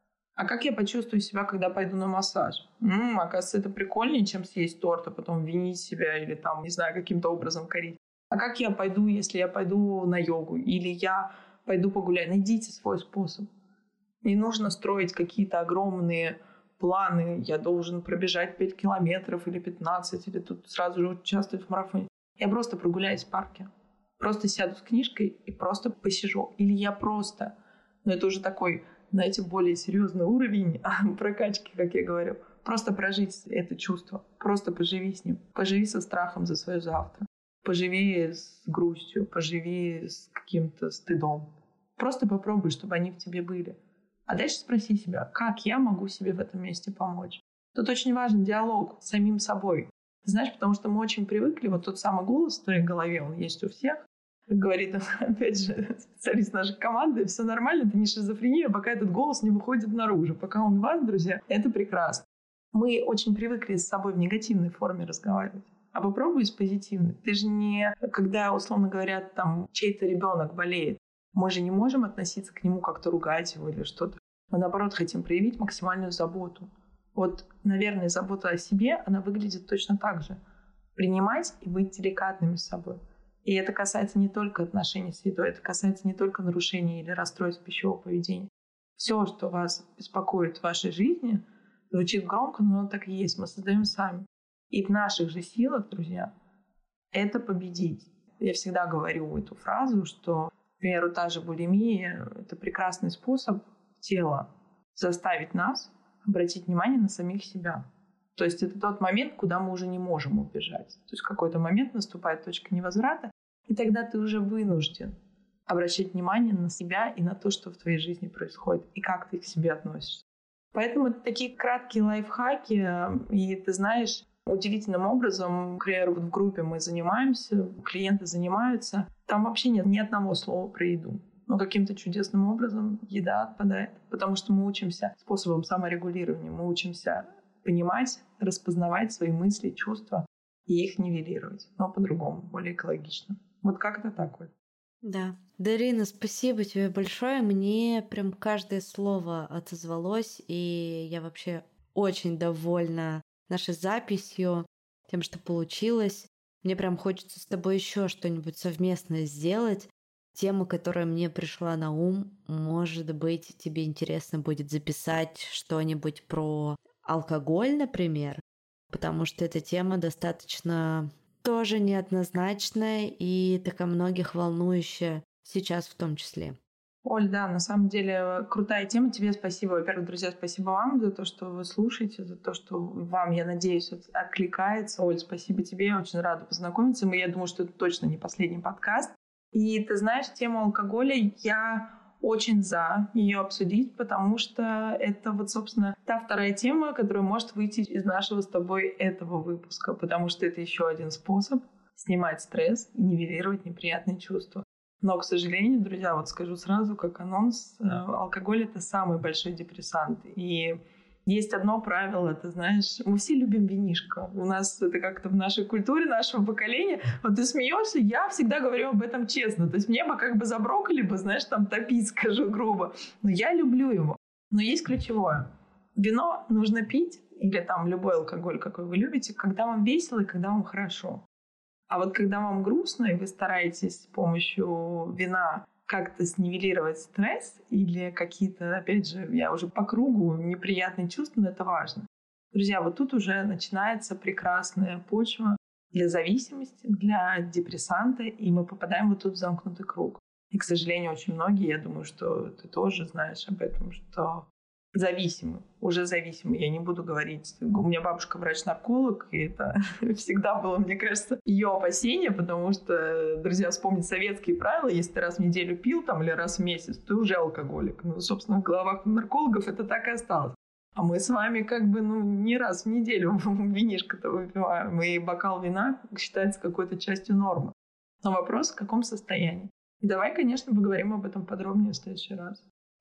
А как я почувствую себя, когда пойду на массаж? М-м, оказывается, это прикольнее, чем съесть торт, а потом винить себя или там, не знаю, каким-то образом корить. А как я пойду, если я пойду на йогу? Или я пойду погуляю? Найдите свой способ. Не нужно строить какие-то огромные планы. Я должен пробежать пять километров или пятнадцать, или тут сразу же участвовать в марафоне. Я просто прогуляюсь в парке. Просто сяду с книжкой и просто посижу. Или я просто... Но это уже такой, знаете, более серьезный уровень прокачки, как я говорю. Просто прожить это чувство. Просто поживи с ним. Поживи со страхом за свое завтра. Поживи с грустью. Поживи с каким-то стыдом. Просто попробуй, чтобы они в тебе были. А дальше спроси себя, как я могу себе в этом месте помочь. Тут очень важен диалог с самим собой. Ты знаешь, потому что мы очень привыкли, вот тот самый голос в твоей голове, он есть у всех. Как говорит, опять же, специалист нашей команды, все нормально, это не шизофрения, пока этот голос не выходит наружу. Пока он у вас, друзья, это прекрасно. Мы очень привыкли с собой в негативной форме разговаривать. А попробуй с позитивной. Ты же не, когда, условно говоря, там чей-то ребенок болеет, мы же не можем относиться к нему как-то ругать его или что-то. Мы, наоборот, хотим проявить максимальную заботу. Вот, наверное, забота о себе, она выглядит точно так же. Принимать и быть деликатными с собой. И это касается не только отношений с едой, это касается не только нарушений или расстройств пищевого поведения. Все, что вас беспокоит в вашей жизни, звучит громко, но оно так и есть. Мы создаем сами. И в наших же силах, друзья, это победить. Я всегда говорю эту фразу, что, к примеру, та же булимия — это прекрасный способ тела заставить нас обратить внимание на самих себя. То есть это тот момент, куда мы уже не можем убежать. То есть в какой-то момент наступает точка невозврата, и тогда ты уже вынужден обращать внимание на себя и на то, что в твоей жизни происходит, и как ты к себе относишься. Поэтому это такие краткие лайфхаки, и ты знаешь, удивительным образом, например, вот в группе мы занимаемся, клиенты занимаются, там вообще нет ни одного слова про еду. Но каким-то чудесным образом еда отпадает, потому что мы учимся способам саморегулирования, мы учимся понимать, распознавать свои мысли, чувства и их нивелировать, но по-другому, более экологично. Вот как-то так вот. Да. Дарина, спасибо тебе большое. Мне прям каждое слово отозвалось, и я вообще очень довольна нашей записью, тем, что получилось. Мне прям хочется с тобой еще что-нибудь совместное сделать. Тема, которая мне пришла на ум, может быть, тебе интересно будет записать что-нибудь про алкоголь, например, потому что эта тема достаточно тоже неоднозначная и такая многих волнующая, сейчас в том числе. Оль, да, на самом деле крутая тема. Тебе спасибо. Во-первых, друзья, спасибо вам за то, что вы слушаете, за то, что вам, я надеюсь, откликается. Оль, спасибо тебе. Я очень рада познакомиться. Мы, я думаю, что это точно не последний подкаст. И ты знаешь, тему алкоголя я очень за ее обсудить, потому что это вот, собственно, та вторая тема, которая может выйти из нашего с тобой этого выпуска, потому что это еще один способ снимать стресс и нивелировать неприятные чувства. Но, к сожалению, друзья, вот скажу сразу, как анонс, алкоголь — это самый большой депрессант. И есть одно правило, ты знаешь, мы все любим винишко. У нас это как-то в нашей культуре, нашего поколения. Вот ты смеешься, я всегда говорю об этом честно. То есть мне бы как бы за брокколи бы, знаешь, там топить, скажу грубо. Но я люблю его. Но есть ключевое. Вино нужно пить, или там любой алкоголь, какой вы любите, когда вам весело и когда вам хорошо. А вот когда вам грустно, и вы стараетесь с помощью вина как-то снивелировать стресс или какие-то, опять же, я уже по кругу, неприятные чувства, но это важно. Друзья, вот тут уже начинается прекрасная почва для зависимости, для депрессанта, и мы попадаем вот тут в замкнутый круг. И, к сожалению, очень многие, я думаю, что ты тоже знаешь об этом, что зависимы, уже зависимы. Я не буду говорить. У меня бабушка врач-нарколог, и это всегда было, мне кажется, ее опасение, потому что, друзья, вспомнить советские правила, если ты раз в неделю пил там или раз в месяц, ты уже алкоголик. Ну, собственно, в головах наркологов это так и осталось. А мы с вами как бы, ну, не раз в неделю винишко-то выпиваем, и бокал вина считается какой-то частью нормы. Но вопрос, в каком состоянии. И давай, конечно, поговорим об этом подробнее в следующий раз.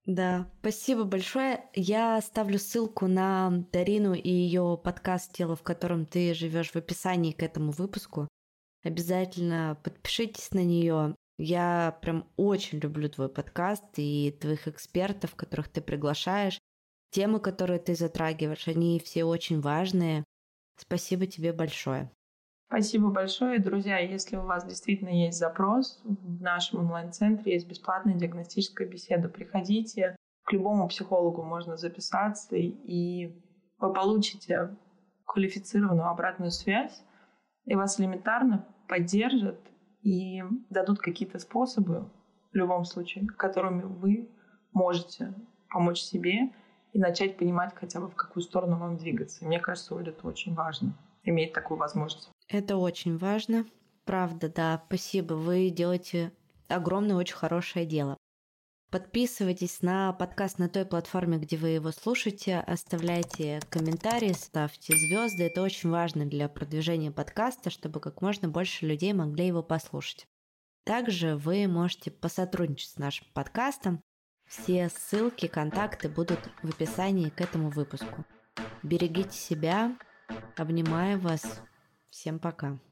Да, спасибо большое. Я оставлю ссылку на Дарину и ее подкаст «Тело, в котором ты живешь» в описании к этому выпуску. Обязательно подпишитесь на нее. Я прям очень люблю твой подкаст и твоих экспертов, которых ты приглашаешь. Темы, которые ты затрагиваешь, они все очень важные. Спасибо тебе большое. Спасибо большое, друзья. Если у вас действительно есть запрос, в нашем онлайн-центре есть бесплатная диагностическая беседа. Приходите, к любому психологу можно записаться, и вы получите квалифицированную обратную связь, и вас элементарно поддержат и дадут какие-то способы, в любом случае, которыми вы можете помочь себе и начать понимать хотя бы, в какую сторону вам двигаться. И мне кажется, Оля, это очень важно, иметь такую возможность. Это очень важно. Правда, да. Спасибо. Вы делаете огромное, очень хорошее дело. Подписывайтесь на подкаст на той платформе, где вы его слушаете. Оставляйте комментарии, ставьте звезды. Это очень важно для продвижения подкаста, чтобы как можно больше людей могли его послушать. Также вы можете посотрудничать с нашим подкастом. Все ссылки, контакты будут в описании к этому выпуску. Берегите себя. Обнимаю вас. Всем пока.